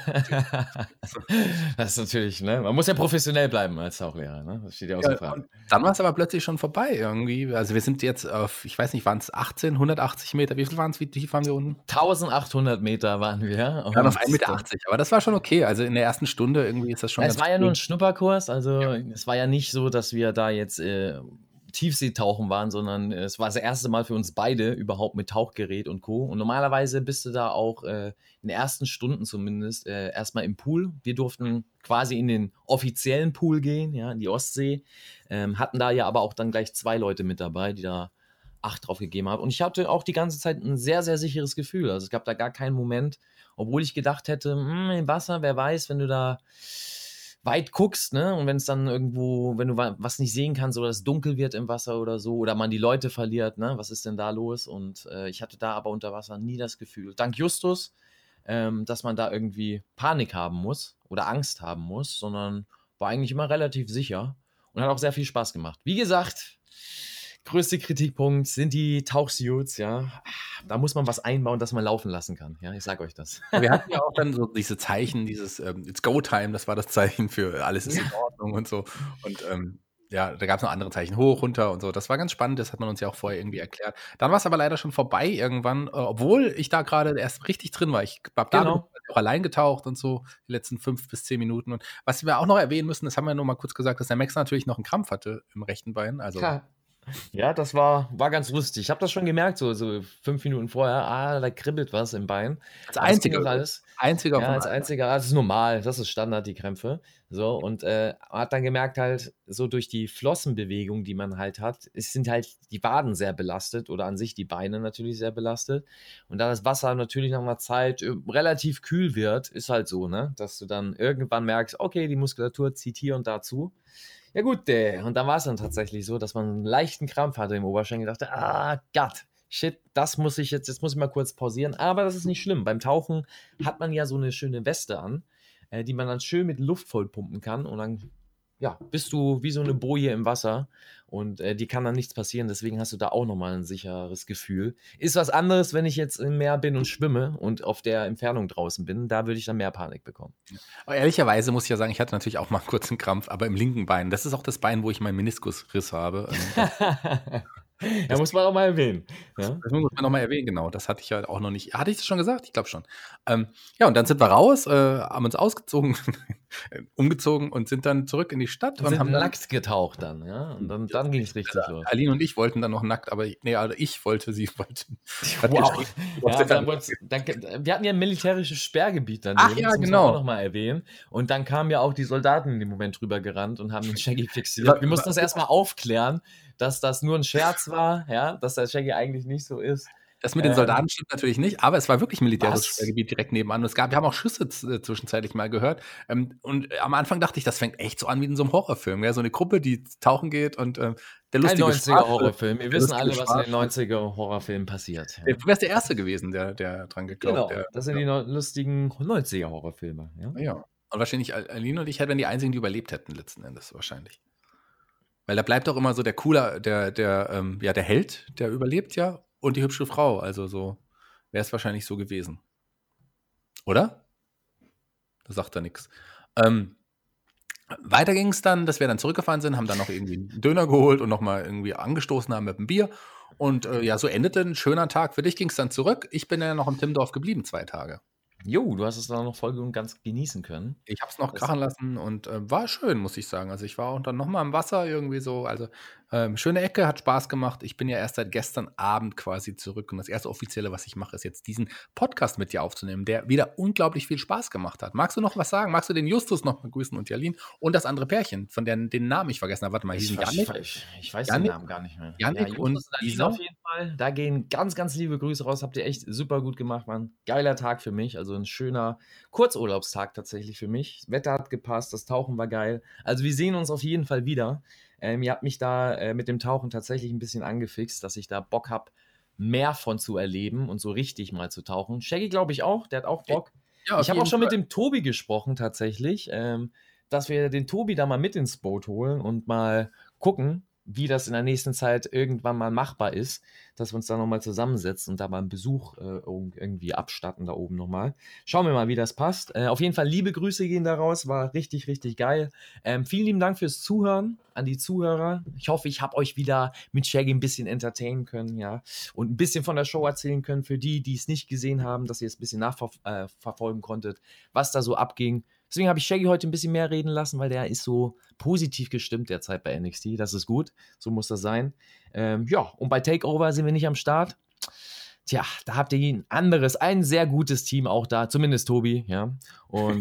Das ist natürlich, ne? Man muss ja professionell bleiben als Tauchlehrer, ne? Das steht ja außer Frage. Dann war es aber plötzlich schon vorbei irgendwie. Also wir sind jetzt auf, ich weiß nicht, waren es 180 Meter? Wie viel waren es? Wie tief waren wir unten? 1800 Meter waren wir. Ja, auf 1,80 Meter. Aber das war schon okay. Also in der ersten Stunde irgendwie ist das schon Es war ja nur ein Schnupperkurs. Also es war ja nicht so, dass wir da jetzt Tiefseetauchen waren, sondern es war das erste Mal für uns beide überhaupt mit Tauchgerät und Co. Und normalerweise bist du da auch in den ersten Stunden zumindest erstmal im Pool. Wir durften quasi in den offiziellen Pool gehen, ja, in die Ostsee. Hatten da ja aber auch dann gleich 2 Leute mit dabei, die da Acht drauf gegeben haben. Und ich hatte auch die ganze Zeit ein sehr, sehr sicheres Gefühl. Also es gab da gar keinen Moment, obwohl ich gedacht hätte, im Wasser, wer weiß, wenn du da weit guckst, ne, und wenn es dann irgendwo, wenn du was nicht sehen kannst oder es dunkel wird im Wasser oder so oder man die Leute verliert, ne, was ist denn da los? Und ich hatte da aber unter Wasser nie das Gefühl, dank Justus, dass man da irgendwie Panik haben muss oder Angst haben muss, sondern war eigentlich immer relativ sicher und hat auch sehr viel Spaß gemacht. Wie gesagt, größte Kritikpunkt sind die Tauchsuits, ja. Da muss man was einbauen, dass man laufen lassen kann. Ja, ich sag euch das. Wir hatten ja auch dann so diese Zeichen, dieses It's Go Time, das war das Zeichen für alles ist in Ordnung und so. Und ja, da gab es noch andere Zeichen, hoch, runter und so. Das war ganz spannend, das hat man uns ja auch vorher irgendwie erklärt. Dann war es aber leider schon vorbei irgendwann, obwohl ich da gerade erst richtig drin war. Ich habe da auch allein getaucht und so, die letzten 5 bis 10 Minuten. Und was wir auch noch erwähnen müssen, das haben wir nur mal kurz gesagt, dass der Max natürlich noch einen Krampf hatte im rechten Bein. Also ja, das war ganz lustig. Ich habe das schon gemerkt, so 5 Minuten vorher. Da kribbelt was im Bein. Als einziger. Das ist normal, das ist Standard, die Krämpfe. So, und hat dann gemerkt halt, so durch die Flossenbewegung, die man halt hat, sind halt die Waden sehr belastet oder an sich die Beine natürlich sehr belastet. Und da das Wasser natürlich nach einer Zeit relativ kühl wird, ist halt so, ne, dass du dann irgendwann merkst, okay, die Muskulatur zieht hier und da zu. Ja gut, und dann war es dann tatsächlich so, dass man einen leichten Krampf hatte im Oberschenkel und dachte, Gott, shit, jetzt muss ich mal kurz pausieren, aber das ist nicht schlimm. Beim Tauchen hat man ja so eine schöne Weste an, die man dann schön mit Luft vollpumpen kann und dann bist du wie so eine Boje im Wasser und die kann dann nichts passieren, deswegen hast du da auch nochmal ein sicheres Gefühl. Ist was anderes, wenn ich jetzt im Meer bin und schwimme und auf der Entfernung draußen bin, da würde ich dann mehr Panik bekommen. Aber ehrlicherweise muss ich ja sagen, ich hatte natürlich auch mal einen kurzen Krampf, aber im linken Bein. Das ist auch das Bein, wo ich meinen Meniskusriss habe. Ja, muss man auch mal erwähnen. Ja? Das muss man nochmal erwähnen, genau. Das hatte ich ja auch noch nicht. Hatte ich das schon gesagt? Ich glaube schon. Ja, und dann sind wir raus, haben uns ausgezogen, umgezogen und sind dann zurück in die Stadt. Und haben nackt getaucht dann, ja. Und dann ging es richtig los. Aline und ich wollten dann noch nackt, aber ich wollte, sie wollte. Wow. Wir hatten ja ein militärisches Sperrgebiet daneben. Ach ja, das genau. Muss man auch nochmal erwähnen. Und dann kamen ja auch die Soldaten in dem Moment drüber gerannt und haben den Shaggy fixiert. Wir mussten das erstmal aufklären, dass das nur ein Scherz war, ja, dass der Shaggy eigentlich nicht so ist. Das mit den Soldaten stimmt natürlich nicht, aber es war wirklich militärisches Sperrgebiet direkt nebenan. Und wir haben auch Schüsse zwischenzeitlich mal gehört. Und am Anfang dachte ich, das fängt echt so an wie in so einem Horrorfilm. Ja? So eine Gruppe, die tauchen geht und der lustige ein 90er-Horrorfilm. Wir wissen alle, was in den 90er-Horrorfilmen passiert. Ja. Du wärst der Erste gewesen, der dran geglaubt. Genau, das sind die lustigen 90er-Horrorfilme. Ja. Und wahrscheinlich Aline und ich wären die Einzigen, die überlebt hätten, letzten Endes wahrscheinlich. Weil da bleibt auch immer so der Held, der überlebt ja, und die hübsche Frau. Also so wäre es wahrscheinlich so gewesen. Oder? Da sagt er nichts. Weiter ging es dann, dass wir dann zurückgefahren sind, haben dann noch irgendwie einen Döner geholt und nochmal irgendwie angestoßen haben mit einem Bier. Und so endete ein schöner Tag. Für dich ging es dann zurück. Ich bin ja noch in Timmendorf geblieben, 2 Tage. Jo, du hast es dann noch voll und ganz genießen können. Ich habe es noch krachen lassen und war schön, muss ich sagen. Also ich war auch dann nochmal im Wasser irgendwie so. Also Schöne Ecke, hat Spaß gemacht. Ich bin ja erst seit gestern Abend quasi zurück und das erste Offizielle, was ich mache, ist jetzt diesen Podcast mit dir aufzunehmen, der wieder unglaublich viel Spaß gemacht hat. Magst du noch was sagen? Magst du den Justus noch begrüßen und Jalin und das andere Pärchen, von den Namen ich vergessen habe? Warte mal, hießen Janik? Ich weiß den Namen gar nicht mehr. Janik und Isa? Auf jeden Fall. Da gehen ganz, ganz liebe Grüße raus. Habt ihr echt super gut gemacht, Mann. Geiler Tag für mich. Also ein schöner Kurzurlaubstag tatsächlich für mich. Das Wetter hat gepasst, das Tauchen war geil. Also wir sehen uns auf jeden Fall wieder. Ihr habt mich da mit dem Tauchen tatsächlich ein bisschen angefixt, dass ich da Bock habe, mehr von zu erleben und so richtig mal zu tauchen. Shaggy glaube ich auch, der hat auch Bock. Ja, ich habe auch schon mit dem Tobi gesprochen tatsächlich, dass wir den Tobi da mal mit ins Boot holen und mal gucken, wie das in der nächsten Zeit irgendwann mal machbar ist, dass wir uns da nochmal zusammensetzen und da mal einen Besuch irgendwie abstatten da oben nochmal. Schauen wir mal, wie das passt. Auf jeden Fall liebe Grüße gehen da raus, war richtig, richtig geil. Vielen lieben Dank fürs Zuhören an die Zuhörer. Ich hoffe, ich habe euch wieder mit Shaggy ein bisschen entertainen können, ja, und ein bisschen von der Show erzählen können für die, die es nicht gesehen haben, dass ihr es ein bisschen nachverfolgen konntet, was da so abging. Deswegen habe ich Shaggy heute ein bisschen mehr reden lassen, weil der ist so positiv gestimmt derzeit bei NXT. Das ist gut, so muss das sein. Ja, und bei TakeOver sind wir nicht am Start. Tja, da habt ihr ein sehr gutes Team auch da, zumindest Tobi, ja. Und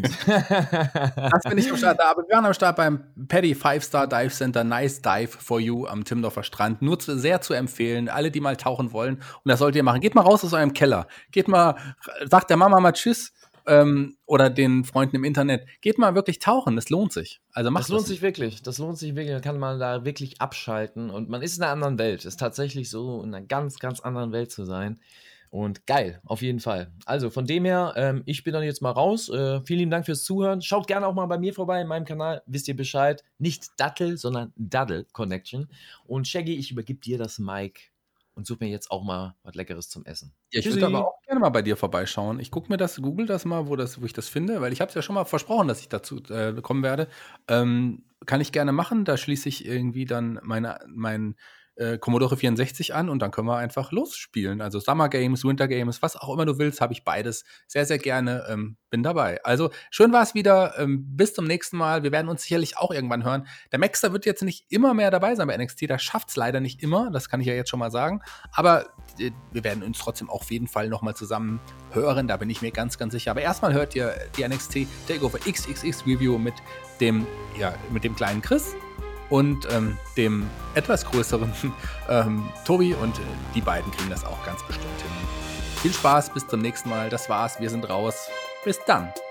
das bin ich am Start da, aber wir waren am Start beim Paddy 5-Star Dive Center, Nice Dive for You am Timmendorfer Strand. Nur sehr zu empfehlen, alle, die mal tauchen wollen. Und das sollt ihr machen. Geht mal raus aus eurem Keller. Geht mal, sagt der Mama mal Tschüss. Oder den Freunden im Internet, geht mal wirklich tauchen, das lohnt sich. Also macht das. Das lohnt sich wirklich, da kann man da wirklich abschalten und man ist in einer anderen Welt. Es ist tatsächlich so, in einer ganz, ganz anderen Welt zu sein und geil, auf jeden Fall. Also von dem her, ich bin dann jetzt mal raus. Vielen lieben Dank fürs Zuhören. Schaut gerne auch mal bei mir vorbei in meinem Kanal, wisst ihr Bescheid. Nicht Dattel, sondern Daddle Connection. Und Shaggy, ich übergebe dir das Mic. Und such mir jetzt auch mal was Leckeres zum Essen. Ja, ich würde aber auch gerne mal bei dir vorbeischauen. Ich gucke mir das, google das mal, wo ich das finde, weil ich habe es ja schon mal versprochen, dass ich dazu kommen werde. Kann ich gerne machen. Da schließe ich irgendwie dann mein Commodore 64 an und dann können wir einfach losspielen. Also Summer Games, Winter Games, was auch immer du willst, habe ich beides sehr, sehr gerne. Bin dabei. Also schön war es wieder. Bis zum nächsten Mal. Wir werden uns sicherlich auch irgendwann hören. Der Maxter wird jetzt nicht immer mehr dabei sein bei NXT. Der schafft es leider nicht immer. Das kann ich ja jetzt schon mal sagen. Aber wir werden uns trotzdem auf jeden Fall nochmal zusammen hören. Da bin ich mir ganz, ganz sicher. Aber erstmal hört ihr die NXT Takeover XXX Review mit dem kleinen Chris und dem etwas größeren Tobi und die beiden kriegen das auch ganz bestimmt hin. Viel Spaß, bis zum nächsten Mal. Das war's, wir sind raus. Bis dann.